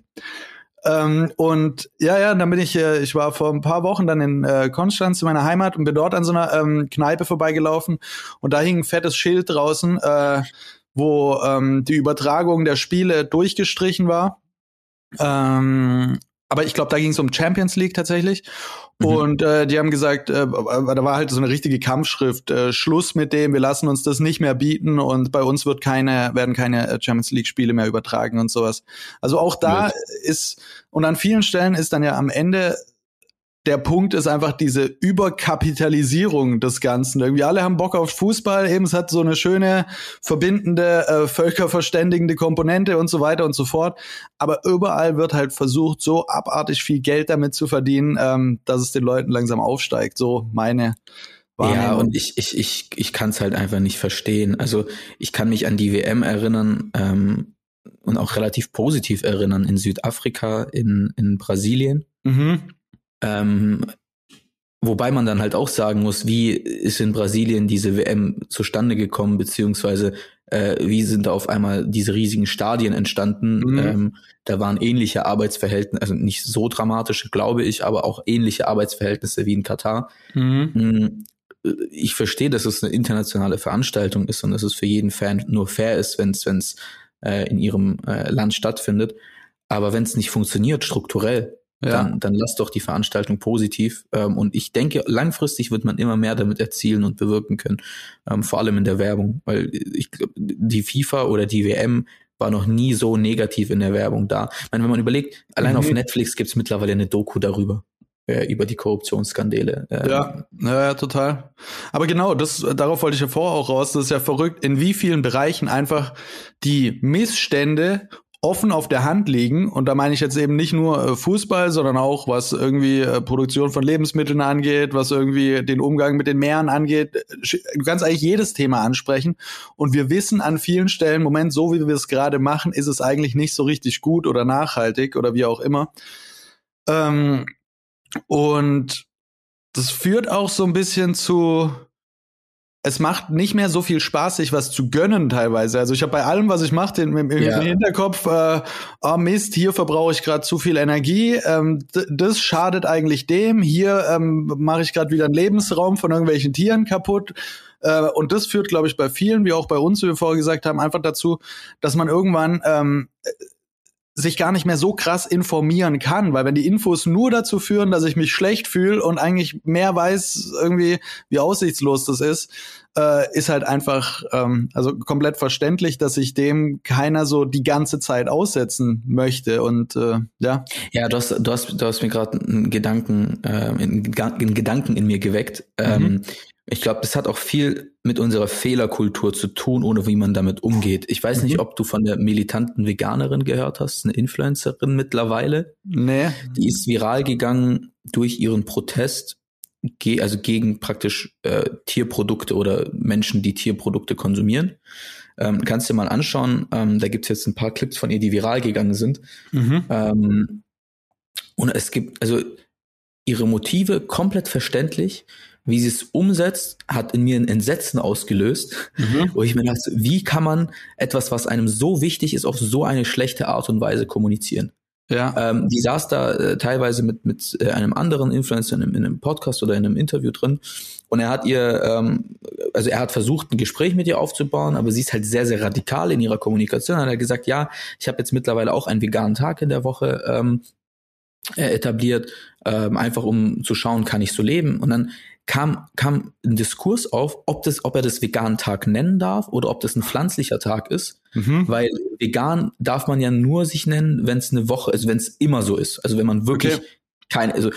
D: Und dann bin ich war vor ein paar Wochen dann in Konstanz, in meiner Heimat, und bin dort an so einer Kneipe vorbeigelaufen und da hing ein fettes Schild draußen, wo die Übertragung der Spiele durchgestrichen war. Aber ich glaube, da ging es um Champions League tatsächlich. Und die haben gesagt, da war halt so eine richtige Kampfschrift, Schluss mit dem, wir lassen uns das nicht mehr bieten und bei uns werden keine Champions League Spiele mehr übertragen und sowas. Also auch da ist, und an vielen Stellen ist dann ja am Ende der Punkt ist einfach diese Überkapitalisierung des Ganzen. Irgendwie alle haben Bock auf Fußball, eben es hat so eine schöne, verbindende, völkerverständigende Komponente und so weiter und so fort. Aber überall wird halt versucht, so abartig viel Geld damit zu verdienen, dass es den Leuten langsam aufsteigt. So meine Wahrnehmung.
A: Ja, und ich kann es halt einfach nicht verstehen. Also ich kann mich an die WM erinnern und auch relativ positiv erinnern in Südafrika, in Brasilien. Wobei man dann halt auch sagen muss, wie ist in Brasilien diese WM zustande gekommen, beziehungsweise wie sind da auf einmal diese riesigen Stadien entstanden. Da waren ähnliche Arbeitsverhältnisse, also nicht so dramatische, glaube ich, aber auch ähnliche Arbeitsverhältnisse wie in Katar. Ich verstehe, dass es eine internationale Veranstaltung ist und dass es für jeden Fan nur fair ist, wenn es in ihrem Land stattfindet. Aber wenn es nicht funktioniert strukturell, dann lass doch die Veranstaltung positiv. Und ich denke, langfristig wird man immer mehr damit erzielen und bewirken können. Vor allem in der Werbung. Weil ich glaube, die FIFA oder die WM war noch nie so negativ in der Werbung da. Ich meine, wenn man überlegt, allein auf Netflix gibt es mittlerweile eine Doku darüber. Über die Korruptionsskandale.
D: Ja, total. Aber genau, darauf wollte ich ja vorher auch raus. Das ist ja verrückt, in wie vielen Bereichen einfach die Missstände offen auf der Hand liegen. Und da meine ich jetzt eben nicht nur Fußball, sondern auch, was irgendwie Produktion von Lebensmitteln angeht, was irgendwie den Umgang mit den Meeren angeht. Du kannst eigentlich jedes Thema ansprechen. Und wir wissen an vielen Stellen, Moment, so wie wir es gerade machen, ist es eigentlich nicht so richtig gut oder nachhaltig oder wie auch immer. Und das führt auch so ein bisschen zu es macht nicht mehr so viel Spaß, sich was zu gönnen teilweise. Also ich habe bei allem, was ich mache, im Hinterkopf, oh Mist, hier verbrauche ich gerade zu viel Energie, das schadet eigentlich dem, hier mache ich gerade wieder einen Lebensraum von irgendwelchen Tieren kaputt. Und das führt, glaube ich, bei vielen, wie auch bei uns, wie wir vorher gesagt haben, einfach dazu, dass man irgendwann sich gar nicht mehr so krass informieren kann, weil wenn die Infos nur dazu führen, dass ich mich schlecht fühle und eigentlich mehr weiß irgendwie, wie aussichtslos das ist halt einfach also komplett verständlich, dass sich dem keiner so die ganze Zeit aussetzen möchte und ja.
A: Ja, du hast mir gerade einen Gedanken in mir geweckt. Ich glaube, das hat auch viel mit unserer Fehlerkultur zu tun, ohne wie man damit umgeht. Ich weiß nicht, ob du von der militanten Veganerin gehört hast, eine Influencerin mittlerweile.
D: Nee.
A: Die ist viral gegangen durch ihren Protest, also gegen praktisch Tierprodukte oder Menschen, die Tierprodukte konsumieren. Kannst dir mal anschauen, da gibt's jetzt ein paar Clips von ihr, die viral gegangen sind. Und es gibt, also ihre Motive komplett verständlich. Wie sie es umsetzt, hat in mir ein Entsetzen ausgelöst, wo ich mir dachte, wie kann man etwas, was einem so wichtig ist, auf so eine schlechte Art und Weise kommunizieren?
D: Ja.
A: Die saß da teilweise mit einem anderen Influencer in einem Podcast oder in einem Interview drin und er hat ihr, also er hat versucht, ein Gespräch mit ihr aufzubauen, aber sie ist halt sehr, sehr radikal in ihrer Kommunikation. Er hat gesagt, ja, ich habe jetzt mittlerweile auch einen veganen Tag in der Woche etabliert, einfach um zu schauen, kann ich so leben? Und dann kam ein Diskurs auf, ob er das veganen Tag nennen darf oder ob das ein pflanzlicher Tag ist, weil vegan darf man ja nur sich nennen, wenn es eine Woche, also wenn es immer so ist, also wenn man wirklich also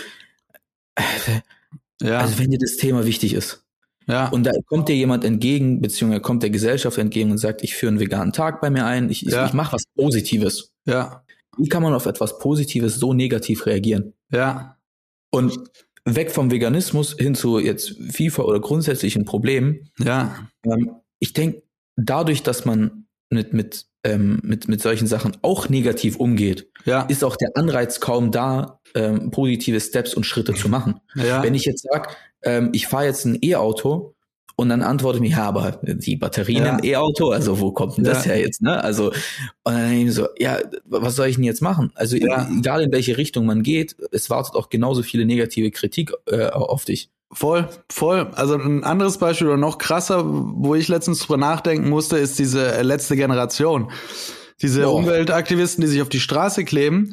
A: wenn dir das Thema wichtig ist.
D: Ja.
A: Und da kommt dir jemand entgegen, beziehungsweise kommt der Gesellschaft entgegen und sagt, ich führe einen veganen Tag bei mir ein, ich mache was Positives.
D: Ja.
A: Wie kann man auf etwas Positives so negativ reagieren?
D: Ja.
A: Und weg vom Veganismus hin zu jetzt FIFA oder grundsätzlichen Problemen.
D: Ja.
A: Ich denke, dadurch, dass man mit solchen Sachen auch negativ umgeht, ist auch der Anreiz kaum da, positive Steps und Schritte zu machen.
D: Ja.
A: Wenn ich jetzt sage, ich fahre jetzt ein E-Auto und dann antwortet mir, ja, aber die Batterien im E-Auto, also wo kommt denn das her jetzt, ne? Also, und dann denke ich mir so, ja, was soll ich denn jetzt machen? Also, egal in welche Richtung man geht, es wartet auch genauso viele negative Kritik auf dich.
D: Voll. Also ein anderes Beispiel oder noch krasser, wo ich letztens drüber nachdenken musste, ist diese letzte Generation. Diese Umweltaktivisten, die sich auf die Straße kleben,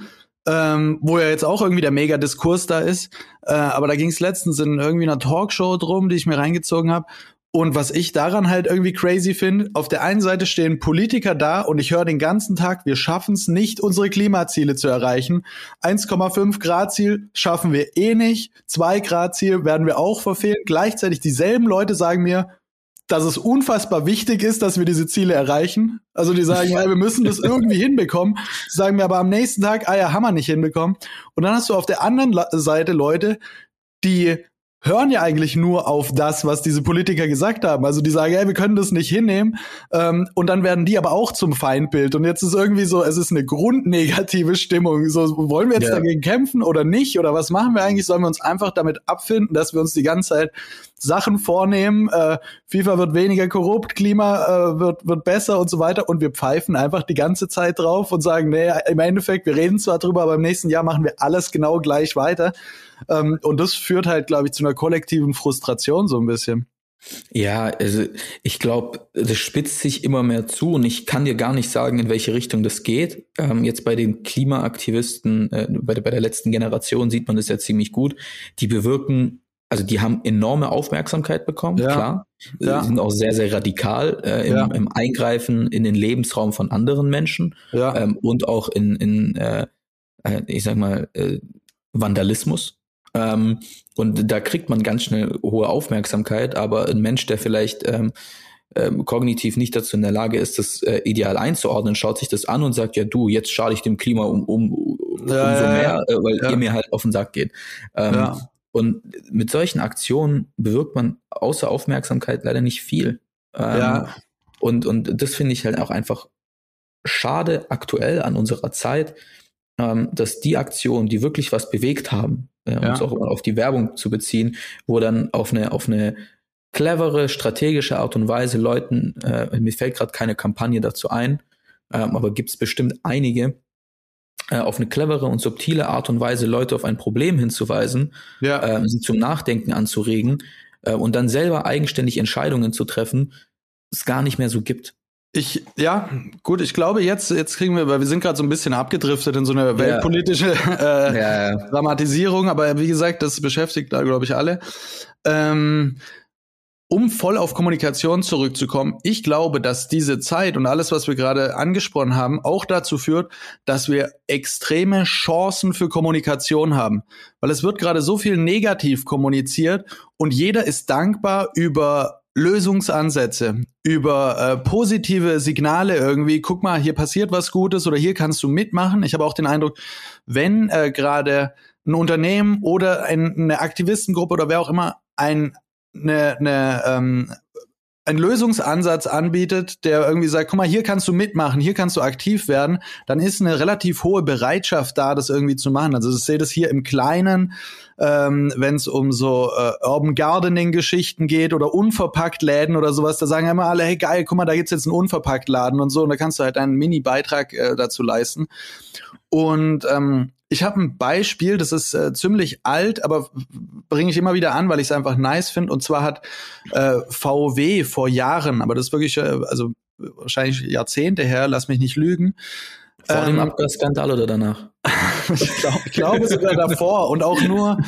D: wo ja jetzt auch irgendwie der Mega-Diskurs da ist. Aber da ging es letztens in irgendwie einer Talkshow drum, die ich mir reingezogen habe. Und was ich daran halt irgendwie crazy finde, auf der einen Seite stehen Politiker da und ich höre den ganzen Tag, wir schaffen es nicht, unsere Klimaziele zu erreichen. 1,5 Grad Ziel schaffen wir eh nicht. 2 Grad Ziel werden wir auch verfehlen. Gleichzeitig dieselben Leute sagen mir, dass es unfassbar wichtig ist, dass wir diese Ziele erreichen. Also die sagen, ja, wir müssen das irgendwie hinbekommen. Sagen mir aber am nächsten Tag, haben wir nicht hinbekommen. Und dann hast du auf der anderen Seite Leute, die hören ja eigentlich nur auf das, was diese Politiker gesagt haben. Also die sagen, wir können das nicht hinnehmen. Und dann werden die aber auch zum Feindbild. Und jetzt ist irgendwie so, es ist eine grundnegative Stimmung. So, wollen wir jetzt dagegen kämpfen oder nicht? Oder was machen wir eigentlich? Sollen wir uns einfach damit abfinden, dass wir uns die ganze Zeit Sachen vornehmen? FIFA wird weniger korrupt, Klima wird besser und so weiter. Und wir pfeifen einfach die ganze Zeit drauf und sagen, nee, im Endeffekt, wir reden zwar drüber, aber im nächsten Jahr machen wir alles genau gleich weiter. Und das führt halt, glaube ich, zu einer kollektiven Frustration so ein bisschen.
A: Ja, also ich glaube, das spitzt sich immer mehr zu und ich kann dir gar nicht sagen, in welche Richtung das geht. Jetzt bei den Klimaaktivisten, bei der letzten Generation sieht man das ja ziemlich gut. Die bewirken, also die haben enorme Aufmerksamkeit bekommen, klar. Die sind auch sehr, sehr radikal im Eingreifen in den Lebensraum von anderen Menschen und auch in ich sag mal, Vandalismus. Und da kriegt man ganz schnell hohe Aufmerksamkeit, aber ein Mensch, der vielleicht kognitiv nicht dazu in der Lage ist, das ideal einzuordnen, schaut sich das an und sagt, ja du, jetzt schade ich dem Klima umso mehr, weil ihr mir halt auf den Sack geht. Und mit solchen Aktionen bewirkt man außer Aufmerksamkeit leider nicht viel. Und das finde ich halt auch einfach schade aktuell an unserer Zeit, dass die Aktionen, die wirklich was bewegt haben, uns auch auf die Werbung zu beziehen, wo dann auf eine clevere, strategische Art und Weise Leuten, mir fällt gerade keine Kampagne dazu ein, aber gibt es bestimmt einige, auf eine clevere und subtile Art und Weise Leute auf ein Problem hinzuweisen, sie zum Nachdenken anzuregen und dann selber eigenständig Entscheidungen zu treffen, es gar nicht mehr so gibt.
D: Ich glaube, jetzt kriegen wir, weil wir sind gerade so ein bisschen abgedriftet in so eine weltpolitische Dramatisierung, aber wie gesagt, das beschäftigt da, glaube ich, alle. Um voll auf Kommunikation zurückzukommen, ich glaube, dass diese Zeit und alles, was wir gerade angesprochen haben, auch dazu führt, dass wir extreme Chancen für Kommunikation haben. Weil es wird gerade so viel negativ kommuniziert und jeder ist dankbar über Lösungsansätze, über positive Signale irgendwie. Guck mal, hier passiert was Gutes oder hier kannst du mitmachen. Ich habe auch den Eindruck, wenn gerade ein Unternehmen oder eine Aktivistengruppe oder wer auch immer einen Lösungsansatz anbietet, der irgendwie sagt, guck mal, hier kannst du mitmachen, hier kannst du aktiv werden, dann ist eine relativ hohe Bereitschaft da, das irgendwie zu machen. Also ich sehe das hier im Kleinen, wenn es um so Urban Gardening-Geschichten geht oder Unverpackt-Läden oder sowas, da sagen immer alle, hey geil, guck mal, da gibt's jetzt einen Unverpackt-Laden und so, und da kannst du halt einen Mini-Beitrag dazu leisten. Und ich habe ein Beispiel, das ist ziemlich alt, aber bringe ich immer wieder an, weil ich es einfach nice finde. Und zwar hat VW vor Jahren, aber das ist wirklich, also wahrscheinlich Jahrzehnte her, lass mich nicht lügen.
A: Vor dem Abgasskandal oder danach?
D: Ich glaube sogar davor und auch nur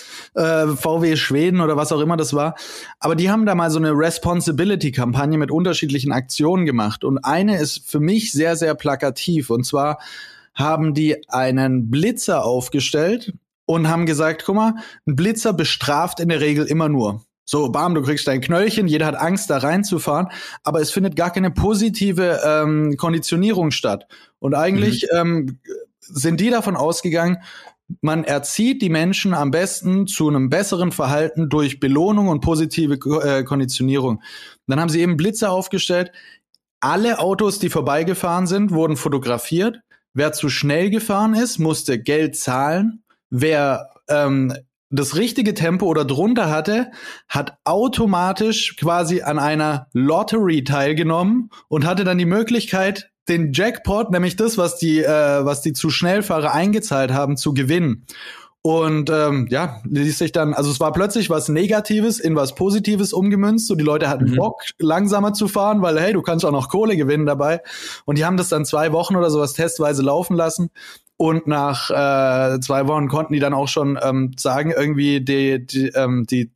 D: VW Schweden oder was auch immer das war. Aber die haben da mal so eine Responsibility-Kampagne mit unterschiedlichen Aktionen gemacht. Und eine ist für mich sehr, sehr plakativ. Und zwar haben die einen Blitzer aufgestellt und haben gesagt, guck mal, ein Blitzer bestraft in der Regel immer nur. So, bam, du kriegst dein Knöllchen, jeder hat Angst, da reinzufahren, aber es findet gar keine positive Konditionierung statt. Und eigentlich sind die davon ausgegangen, man erzieht die Menschen am besten zu einem besseren Verhalten durch Belohnung und positive Konditionierung. Dann haben sie eben Blitzer aufgestellt. Alle Autos, die vorbeigefahren sind, wurden fotografiert. Wer zu schnell gefahren ist, musste Geld zahlen. Wer das richtige Tempo oder drunter hatte, hat automatisch quasi an einer Lottery teilgenommen und hatte dann die Möglichkeit, den Jackpot, nämlich das, was die zu Schnellfahrer eingezahlt haben, zu gewinnen. Und ließ sich dann, also es war plötzlich was Negatives in was Positives umgemünzt. Und die Leute hatten Bock, langsamer zu fahren, weil hey, du kannst auch noch Kohle gewinnen dabei. Und die haben das dann 2 Wochen oder sowas testweise laufen lassen. Und nach 2 Wochen konnten die dann auch schon sagen, irgendwie die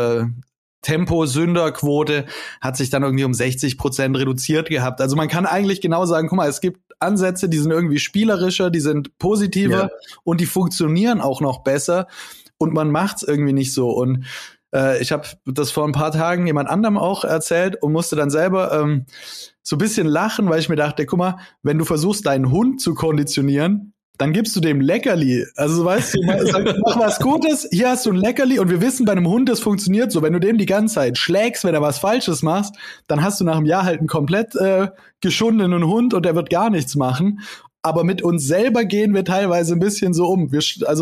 D: Temposünderquote hat sich dann irgendwie um 60% reduziert gehabt. Also man kann eigentlich genau sagen, guck mal, es gibt Ansätze, die sind irgendwie spielerischer, die sind positiver und die funktionieren auch noch besser und man macht's irgendwie nicht so. Und ich habe das vor ein paar Tagen jemand anderem auch erzählt und musste dann selber so ein bisschen lachen, weil ich mir dachte, guck mal, wenn du versuchst, deinen Hund zu konditionieren, dann gibst du dem Leckerli. Also weißt du, mach was Gutes, hier hast du ein Leckerli und wir wissen bei einem Hund, das funktioniert so. Wenn du dem die ganze Zeit schlägst, wenn er was Falsches macht, dann hast du nach einem Jahr halt einen komplett geschundenen Hund und der wird gar nichts machen. Aber mit uns selber gehen wir teilweise ein bisschen so um.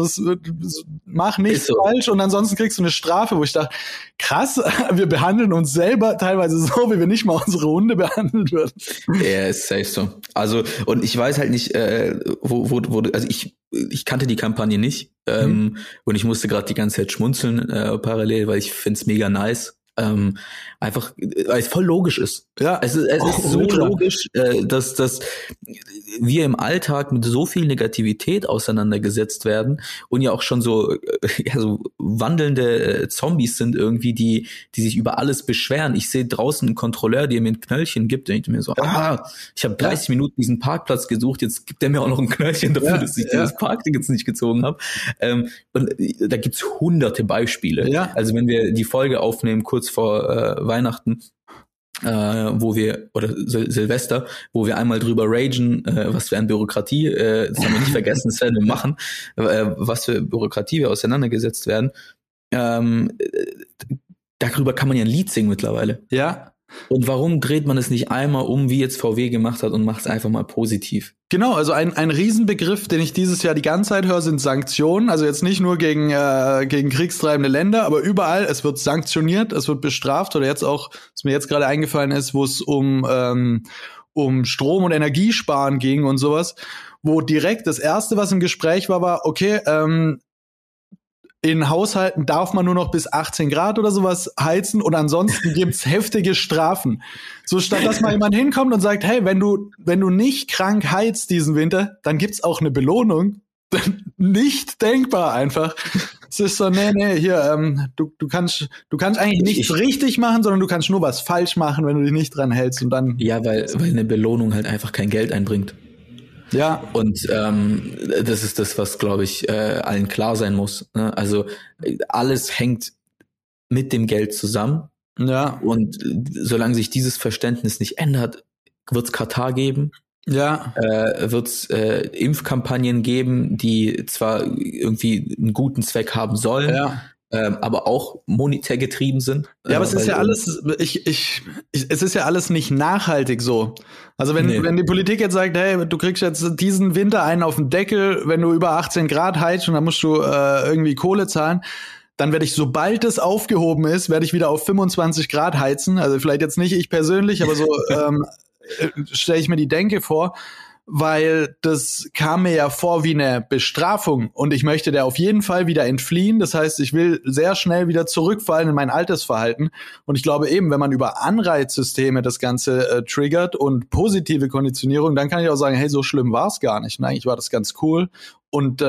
D: Mach nichts so falsch und ansonsten kriegst du eine Strafe, wo ich dachte, krass, wir behandeln uns selber teilweise so, wie wir nicht mal unsere Hunde behandelt würden.
A: Ja, ist safe so. Also, und ich weiß halt nicht, also ich kannte die Kampagne nicht und ich musste gerade die ganze Zeit schmunzeln parallel, weil ich find's mega nice. Einfach, weil es voll logisch ist. Ja, es ist so logisch, dass wir im Alltag mit so viel Negativität auseinandergesetzt werden und ja auch schon so wandelnde Zombies sind irgendwie, die sich über alles beschweren. Ich sehe draußen einen Kontrolleur, der mir ein Knöllchen gibt, und ich denke mir so, ich habe 30 Minuten diesen Parkplatz gesucht, jetzt gibt er mir auch noch ein Knöllchen dafür, dass ich dieses Parkticket nicht gezogen habe. Und da gibt's hunderte Beispiele. Ja. Also wenn wir die Folge aufnehmen, kurz vor Weihnachten, wo wir, oder Silvester, wo wir einmal drüber ragen, was wir an Bürokratie, das haben wir nicht vergessen, das werden wir machen, was für Bürokratie wir auseinandergesetzt werden. Darüber kann man ja ein Lied singen mittlerweile.
D: Ja.
A: Und warum dreht man es nicht einmal um, wie jetzt VW gemacht hat und macht es einfach mal positiv?
D: Genau, also ein Riesenbegriff, den ich dieses Jahr die ganze Zeit höre, sind Sanktionen. Also jetzt nicht nur gegen kriegstreibende Länder, aber überall, es wird sanktioniert, es wird bestraft. Oder jetzt auch, was mir jetzt gerade eingefallen ist, wo es um Strom- und Energiesparen ging und sowas, wo direkt das Erste, was im Gespräch war, okay, in Haushalten darf man nur noch bis 18 Grad oder sowas heizen und ansonsten gibt's heftige Strafen. So statt dass mal jemand hinkommt und sagt, hey, wenn du nicht krank heizt diesen Winter, dann gibt's auch eine Belohnung. Nicht denkbar einfach. Es ist so, nee, hier, du kannst eigentlich nichts richtig machen, sondern du kannst nur was falsch machen, wenn du dich nicht dran hältst und dann.
A: Ja, weil eine Belohnung halt einfach kein Geld einbringt.
D: Ja.
A: Und das ist das, was, glaube ich, allen klar sein muss. Ne? Also alles hängt mit dem Geld zusammen.
D: Ja.
A: Und solange sich dieses Verständnis nicht ändert, wird es Katar geben.
D: Ja.
A: Wird es Impfkampagnen geben, die zwar irgendwie einen guten Zweck haben sollen, aber auch monetär getrieben sind.
D: Ja, aber es ist ja alles, es ist ja alles nicht nachhaltig so. Also wenn die Politik jetzt sagt, hey, du kriegst jetzt diesen Winter einen auf den Deckel, wenn du über 18 Grad heizt und dann musst du irgendwie Kohle zahlen, dann werde ich, sobald es aufgehoben ist, werde ich wieder auf 25 Grad heizen. Also vielleicht jetzt nicht ich persönlich, aber so stelle ich mir die Denke vor, weil das kam mir ja vor wie eine Bestrafung und ich möchte der auf jeden Fall wieder entfliehen. Das heißt, ich will sehr schnell wieder zurückfallen in mein altes Verhalten. Und ich glaube eben, wenn man über Anreizsysteme das Ganze triggert und positive Konditionierung, dann kann ich auch sagen, hey, so schlimm war es gar nicht. Eigentlich war das ganz cool. Und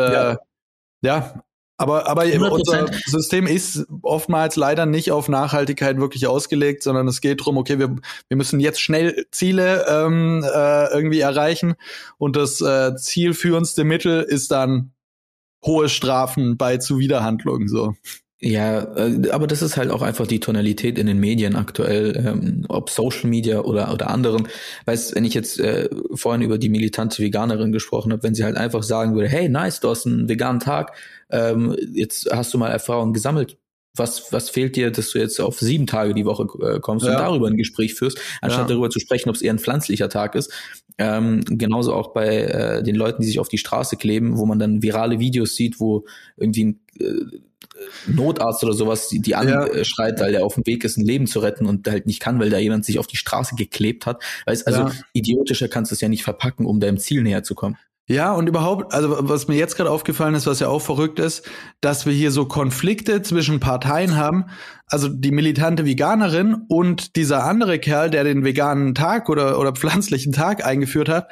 D: aber 100%. Unser System ist oftmals leider nicht auf Nachhaltigkeit wirklich ausgelegt, sondern es geht darum, okay, wir müssen jetzt schnell Ziele irgendwie erreichen und das zielführendste Mittel ist dann hohe Strafen bei Zuwiderhandlungen so.
A: Ja, aber das ist halt auch einfach die Tonalität in den Medien aktuell, ob Social Media oder anderen. Weißt, wenn ich jetzt vorhin über die militante Veganerin gesprochen habe, wenn sie halt einfach sagen würde, hey, nice, du hast einen veganen Tag, jetzt hast du mal Erfahrung gesammelt. Was fehlt dir, dass du jetzt auf 7 Tage die Woche kommst und darüber ein Gespräch führst, anstatt darüber zu sprechen, ob es eher ein pflanzlicher Tag ist. Genauso auch bei den Leuten, die sich auf die Straße kleben, wo man dann virale Videos sieht, wo irgendwie ein Notarzt oder sowas, die anschreit, weil der auf dem Weg ist, ein Leben zu retten und halt nicht kann, weil da jemand sich auf die Straße geklebt hat. Weißt, also idiotischer kannst du es ja nicht verpacken, um deinem Ziel näher zu kommen.
D: Ja, und überhaupt, also was mir jetzt gerade aufgefallen ist, was ja auch verrückt ist, dass wir hier so Konflikte zwischen Parteien haben, also die militante Veganerin und dieser andere Kerl, der den veganen Tag oder pflanzlichen Tag eingeführt hat,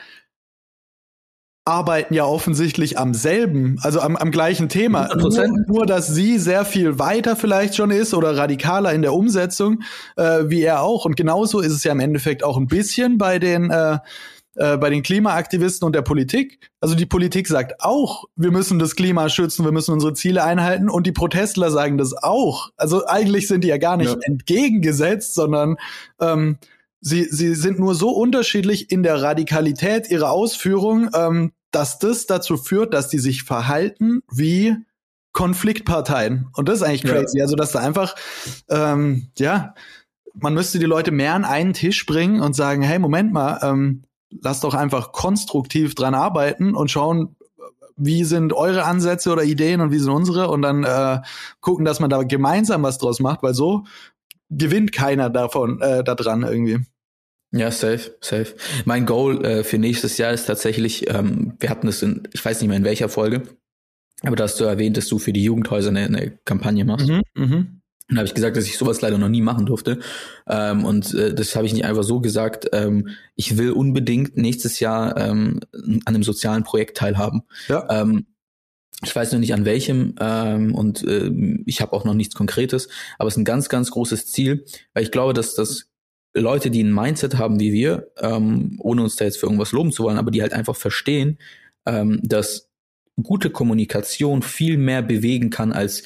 D: arbeiten ja offensichtlich am selben, also am gleichen Thema. Nur, dass sie sehr viel weiter vielleicht schon ist oder radikaler in der Umsetzung, wie er auch. Und genauso ist es ja im Endeffekt auch ein bisschen bei den Klimaaktivisten und der Politik. Also die Politik sagt auch, wir müssen das Klima schützen, wir müssen unsere Ziele einhalten und die Protestler sagen das auch. Also eigentlich sind die ja gar nicht entgegengesetzt, sondern sie sind nur so unterschiedlich in der Radikalität ihrer Ausführung, dass das dazu führt, dass die sich verhalten wie Konfliktparteien. Und das ist eigentlich crazy. Also dass da einfach, man müsste die Leute mehr an einen Tisch bringen und sagen, hey, Moment mal, lasst doch einfach konstruktiv dran arbeiten und schauen, wie sind eure Ansätze oder Ideen und wie sind unsere und dann gucken, dass man da gemeinsam was draus macht, weil so gewinnt keiner davon da dran irgendwie.
A: Ja, safe. Mein Goal für nächstes Jahr ist tatsächlich, wir hatten es ich weiß nicht mehr in welcher Folge, aber da hast du erwähnt, dass du für die Jugendhäuser eine Kampagne machst. Und da habe ich gesagt, dass ich sowas leider noch nie machen durfte. Und das habe ich nicht einfach so gesagt. Ich will unbedingt nächstes Jahr an einem sozialen Projekt teilhaben. Ja. Ich weiß noch nicht an welchem und ich habe auch noch nichts Konkretes, aber es ist ein ganz, ganz großes Ziel, weil ich glaube, dass das Leute, die ein Mindset haben wie wir, ohne uns da jetzt für irgendwas loben zu wollen, aber die halt einfach verstehen, dass gute Kommunikation viel mehr bewegen kann als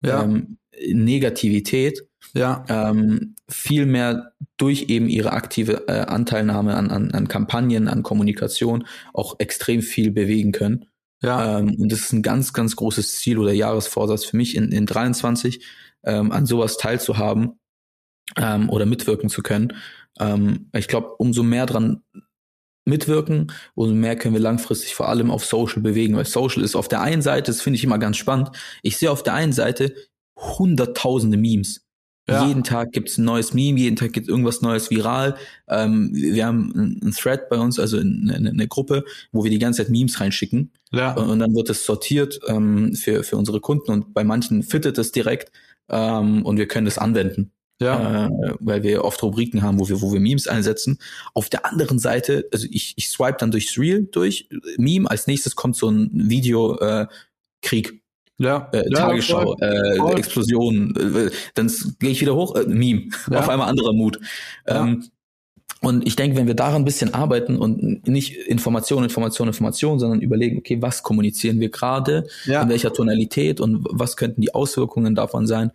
A: Negativität, viel mehr durch eben ihre aktive Anteilnahme an Kampagnen, an Kommunikation auch extrem viel bewegen können. Und das ist ein ganz, ganz großes Ziel oder Jahresvorsatz für mich in 23, an sowas teilzuhaben. oder mitwirken zu können. Ich glaube, umso mehr dran mitwirken, umso mehr können wir langfristig vor allem auf Social bewegen, weil Social ist auf der einen Seite, das finde ich immer ganz spannend, ich sehe auf der einen Seite hunderttausende Memes. Ja. Jeden Tag gibt's ein neues Meme, jeden Tag gibt irgendwas Neues viral. Wir haben einen Thread bei uns, also eine Gruppe, wo wir die ganze Zeit Memes reinschicken. Ja. Und dann wird es sortiert für unsere Kunden und bei manchen fittet es direkt und wir können das anwenden. Ja. Weil wir oft Rubriken haben, wo wir Memes einsetzen. Auf der anderen Seite, also ich swipe dann durchs Reel durch, Meme, als nächstes kommt so ein Video, Krieg. Tagesschau, voll. Explosion, dann gehe ich wieder hoch, Meme, auf einmal anderer Mut. Ja. Und ich denke, wenn wir daran ein bisschen arbeiten und nicht Information, sondern überlegen, okay, was kommunizieren wir gerade, in welcher Tonalität und was könnten die Auswirkungen davon sein,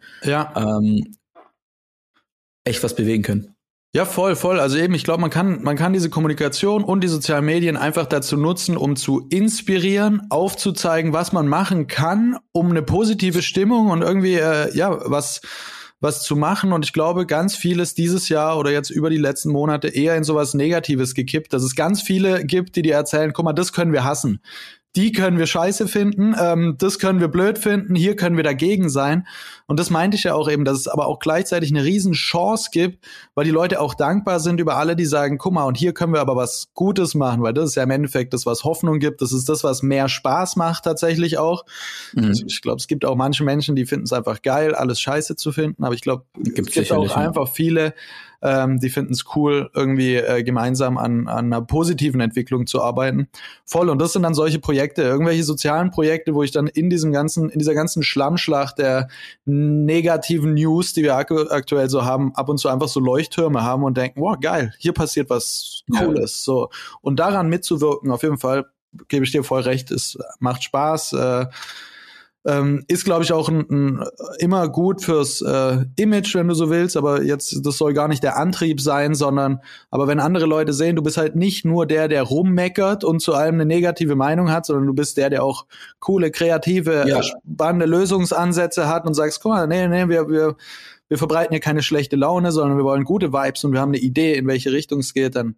A: echt was bewegen können.
D: Ja, voll. Also eben, ich glaube, man kann diese Kommunikation und die sozialen Medien einfach dazu nutzen, um zu inspirieren, aufzuzeigen, was man machen kann, um eine positive Stimmung und irgendwie, was zu machen. Und ich glaube, ganz vieles dieses Jahr oder jetzt über die letzten Monate eher in sowas Negatives gekippt, dass es ganz viele gibt, die dir erzählen, guck mal, das können wir hassen. Die können wir scheiße finden, das können wir blöd finden, hier können wir dagegen sein. Und das meinte ich ja auch eben, dass es aber auch gleichzeitig eine riesen Chance gibt, weil die Leute auch dankbar sind über alle, die sagen, guck mal, und hier können wir aber was Gutes machen, weil das ist ja im Endeffekt das, was Hoffnung gibt, das ist das, was mehr Spaß macht tatsächlich auch. Also ich glaube, es gibt auch manche Menschen, die finden es einfach geil, alles scheiße zu finden, aber ich glaube, es gibt auch einfach viele, die finden es cool, irgendwie gemeinsam an einer positiven Entwicklung zu arbeiten. Voll. Und das sind dann solche Projekte, irgendwelche sozialen Projekte, wo ich dann in dieser ganzen Schlammschlacht der negativen News, die wir aktuell so haben, ab und zu einfach so Leuchttürme haben und denken, wow, geil, hier passiert was Cooles. So. Und daran mitzuwirken, auf jeden Fall, gebe ich dir voll recht, es macht Spaß, ist, glaube ich, auch immer gut fürs Image, wenn du so willst, aber jetzt, das soll gar nicht der Antrieb sein, aber wenn andere Leute sehen, du bist halt nicht nur der rummeckert und zu allem eine negative Meinung hat, sondern du bist der auch coole, kreative, spannende Lösungsansätze hat und sagst, guck mal, nee, wir verbreiten hier keine schlechte Laune, sondern wir wollen gute Vibes und wir haben eine Idee, in welche Richtung es geht, dann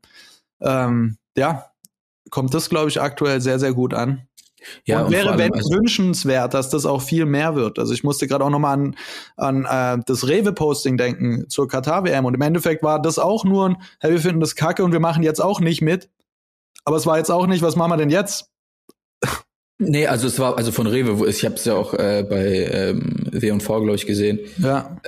D: kommt das, glaube ich, aktuell sehr, sehr gut an. Ja, und wäre wünschenswert, dass das auch viel mehr wird. Also ich musste gerade auch nochmal an das Rewe-Posting denken zur Katar-WM und im Endeffekt war das auch nur hey, wir finden das kacke und wir machen jetzt auch nicht mit. Aber es war jetzt auch nicht, was machen wir denn jetzt?
A: Nee, also es war von Rewe, ich habe es ja auch bei W&V, glaube ich, gesehen. Ja.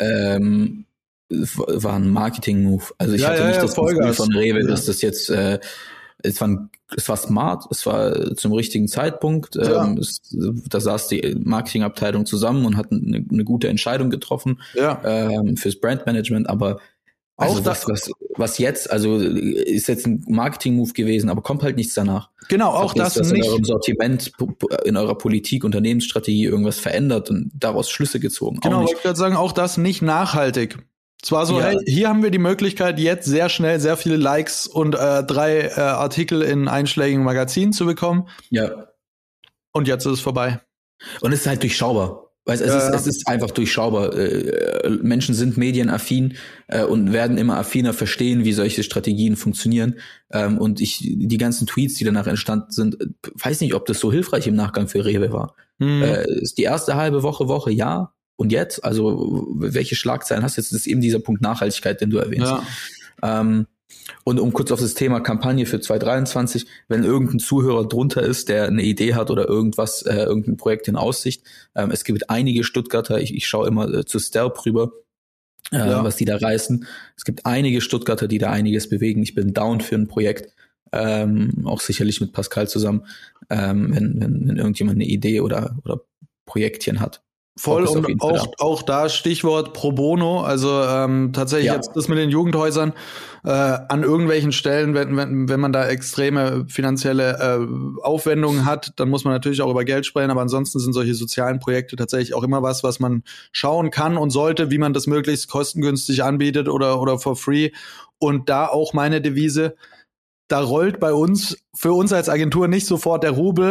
A: War ein Marketing-Move. Also ich hatte nicht das Gefühl von Rewe, dass das jetzt es war smart, es war zum richtigen Zeitpunkt, da saß die Marketingabteilung zusammen und hat eine gute Entscheidung getroffen fürs Brandmanagement, aber also was jetzt, also ist jetzt ein Marketing-Move gewesen, aber kommt halt nichts danach.
D: Genau, auch das nicht.
A: In eurem Sortiment, in eurer Politik, Unternehmensstrategie irgendwas verändert und daraus Schlüsse gezogen.
D: Genau, ich würde sagen, auch das nicht nachhaltig. Es war so, hey, hier haben wir die Möglichkeit, jetzt sehr schnell sehr viele Likes und 3 Artikel in einschlägigen Magazinen zu bekommen. Ja. Und jetzt ist es vorbei.
A: Und es ist halt durchschaubar. Weißt, es ist einfach durchschaubar. Menschen sind medienaffin und werden immer affiner verstehen, wie solche Strategien funktionieren. Und die ganzen Tweets, die danach entstanden sind, weiß nicht, ob das so hilfreich im Nachgang für Rewe war. Ist die erste halbe Woche, ja. Und jetzt, also welche Schlagzeilen hast du jetzt? Das ist eben dieser Punkt Nachhaltigkeit, den du erwähnst. Ja. Und um kurz auf das Thema Kampagne für 2023, wenn irgendein Zuhörer drunter ist, der eine Idee hat oder irgendwas, irgendein Projekt in Aussicht, es gibt einige Stuttgarter, ich schaue immer zu Stelp rüber, was die da reißen. Es gibt einige Stuttgarter, die da einiges bewegen. Ich bin down für ein Projekt, auch sicherlich mit Pascal zusammen, wenn irgendjemand eine Idee oder Projektchen hat.
D: Voll und auch da Stichwort Pro Bono, also tatsächlich jetzt das mit den Jugendhäusern an irgendwelchen Stellen, wenn man da extreme finanzielle Aufwendungen hat, dann muss man natürlich auch über Geld sprechen, aber ansonsten sind solche sozialen Projekte tatsächlich auch immer was man schauen kann und sollte, wie man das möglichst kostengünstig anbietet oder for free. Und da auch meine Devise, da rollt bei uns, für uns als Agentur nicht sofort der Rubel,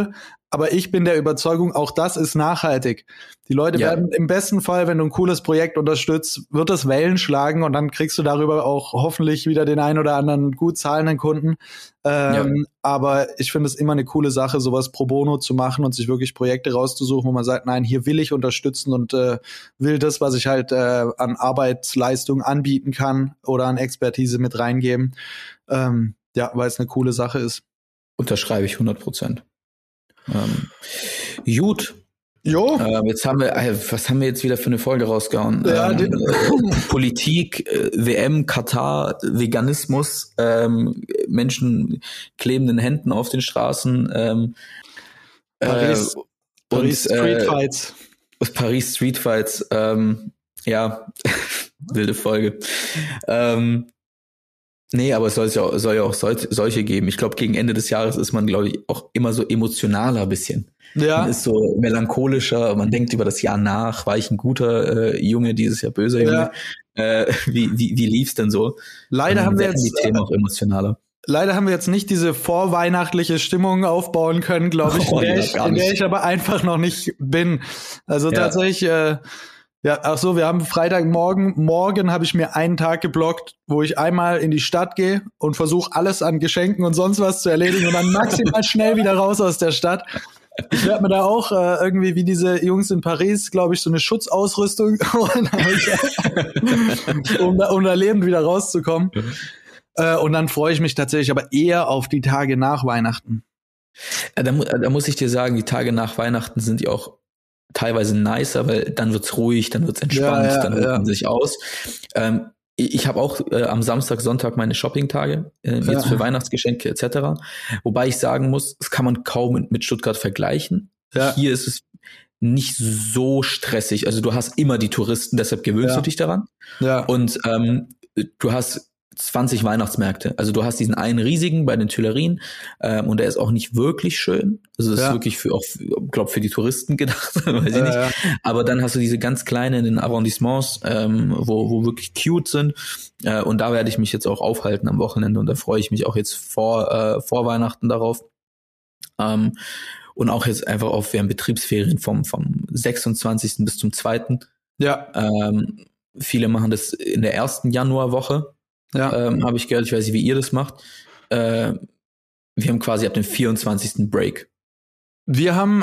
D: Aber ich bin der Überzeugung, auch das ist nachhaltig. Die Leute werden im besten Fall, wenn du ein cooles Projekt unterstützt, wird es Wellen schlagen und dann kriegst du darüber auch hoffentlich wieder den ein oder anderen gut zahlenden Kunden. Aber ich finde es immer eine coole Sache, sowas pro bono zu machen und sich wirklich Projekte rauszusuchen, wo man sagt, nein, hier will ich unterstützen und will das, was ich halt an Arbeitsleistung anbieten kann oder an Expertise mit reingeben. Weil es eine coole Sache ist.
A: Unterschreibe ich 100%. Gut.
D: Jo.
A: Jetzt haben wir, was haben wir jetzt wieder für eine Folge rausgehauen? Politik, WM, Katar, Veganismus, Menschen kleben den Händen auf den Straßen,
D: Paris Street Fights.
A: Paris Street Fights, wilde Folge. Nee, aber es soll ja auch solche geben. Ich glaube, gegen Ende des Jahres ist man, glaube ich, auch immer so emotionaler ein bisschen. Ja. Man ist so melancholischer, man denkt über das Jahr nach, war ich ein guter Junge, dieses Jahr böser Junge? Wie lief's denn so?
D: Leider haben wir jetzt
A: die Themen auch emotionaler.
D: Leider haben wir jetzt nicht diese vorweihnachtliche Stimmung aufbauen können, glaube ich, in der ich aber einfach noch nicht bin. Also tatsächlich, wir haben morgen habe ich mir einen Tag geblockt, wo ich einmal in die Stadt gehe und versuche alles an Geschenken und sonst was zu erledigen und dann maximal schnell wieder raus aus der Stadt. Ich werde mir da auch irgendwie wie diese Jungs in Paris, glaube ich, so eine Schutzausrüstung holen, um da lebend wieder rauszukommen. Und dann freue ich mich tatsächlich aber eher auf die Tage nach Weihnachten.
A: Da muss ich dir sagen, die Tage nach Weihnachten sind ja auch teilweise nicer, weil dann wird's ruhig, dann wird's entspannt, dann ruht man sich aus. Ich habe auch am Samstag, Sonntag meine Shopping-Tage, jetzt für Weihnachtsgeschenke etc. Wobei ich sagen muss, das kann man kaum mit Stuttgart vergleichen. Ja. Hier ist es nicht so stressig. Also du hast immer die Touristen, deshalb gewöhnst du dich daran. Ja. Und du hast 20 Weihnachtsmärkte. Also du hast diesen einen riesigen bei den Tuilerien und der ist auch nicht wirklich schön. Also das ist wirklich für die Touristen gedacht, weiß ich nicht. Aber dann hast du diese ganz kleinen in den Arrondissements, wo wirklich cute sind. Und da werde ich mich jetzt auch aufhalten am Wochenende und da freue ich mich auch jetzt vor Weihnachten darauf. Und auch jetzt einfach auf, wir haben Betriebsferien vom 26. bis zum 2. Ja. Viele machen das in der ersten Januarwoche. Ja. Habe ich gehört, ich weiß nicht, wie ihr das macht. Wir haben quasi ab dem 24. Break.
D: Wir haben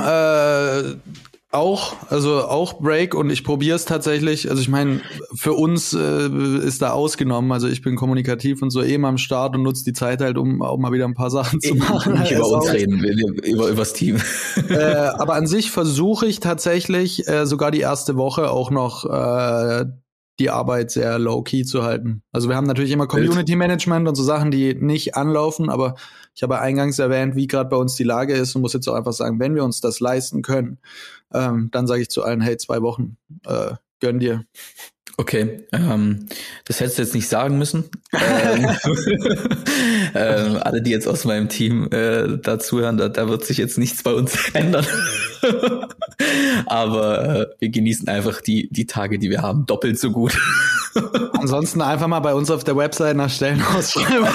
D: auch Break und ich probiere es tatsächlich. Also ich meine, für uns ist da ausgenommen. Also ich bin kommunikativ und so mal am Start und nutze die Zeit halt, um auch mal wieder ein paar Sachen zu machen.
A: Nicht über uns reden, übers Team.
D: Aber an sich versuche ich tatsächlich sogar die erste Woche auch noch die Arbeit sehr low-key zu halten. Also wir haben natürlich immer Community-Management und so Sachen, die nicht anlaufen, aber ich habe eingangs erwähnt, wie gerade bei uns die Lage ist und muss jetzt auch einfach sagen, wenn wir uns das leisten können, dann sage ich zu allen, hey, 2 Wochen, gönn dir.
A: Okay, das hättest du jetzt nicht sagen müssen. Alle, die jetzt aus meinem Team da zuhören, da wird sich jetzt nichts bei uns ändern. Aber wir genießen einfach die Tage, die wir haben, doppelt so gut.
D: Ansonsten einfach mal bei uns auf der Website nach Stellenausschreibung.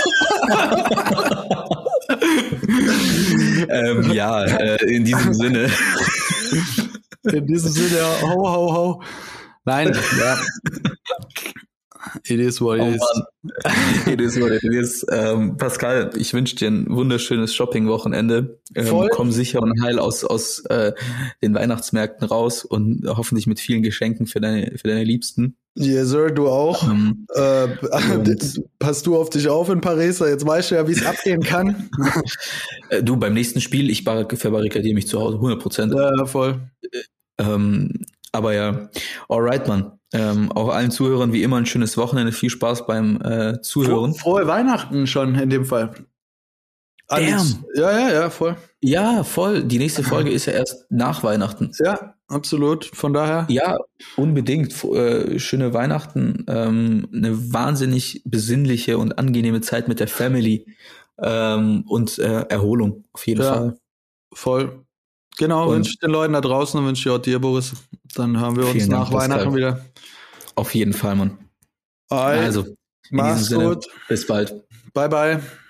A: In diesem Sinne.
D: In diesem Sinne, ho, ho, ho. Nein, ja. It is what it is.
A: It is what it is. Pascal, ich wünsche dir ein wunderschönes Shopping-Wochenende. Komm sicher und heil aus den Weihnachtsmärkten raus und hoffentlich mit vielen Geschenken für deine Liebsten.
D: Yes, sir, du auch. Passt du auf dich auf in Paris? Jetzt weißt du ja, wie es abgehen kann.
A: Du, beim nächsten Spiel, ich verbarrikadiere mich zu Hause, 100%.
D: Ja, voll.
A: Aber ja, alright, Mann. Auch allen Zuhörern wie immer ein schönes Wochenende. Viel Spaß beim Zuhören.
D: Frohe Weihnachten schon in dem Fall.
A: Damn.
D: Ja, voll.
A: Ja, voll. Die nächste Folge ist ja erst nach Weihnachten.
D: Ja, absolut. Von daher.
A: Ja, unbedingt. Schöne Weihnachten. Eine wahnsinnig besinnliche und angenehme Zeit mit der Family. Und Erholung auf jeden Fall.
D: Voll. Genau, wünsche ich den Leuten da draußen und wünsche ich auch dir, Boris. Dann haben wir uns nach Weihnachten wieder.
A: Auf jeden Fall, Mann. Also, in diesem Sinne, bis bald.
D: Bye, bye.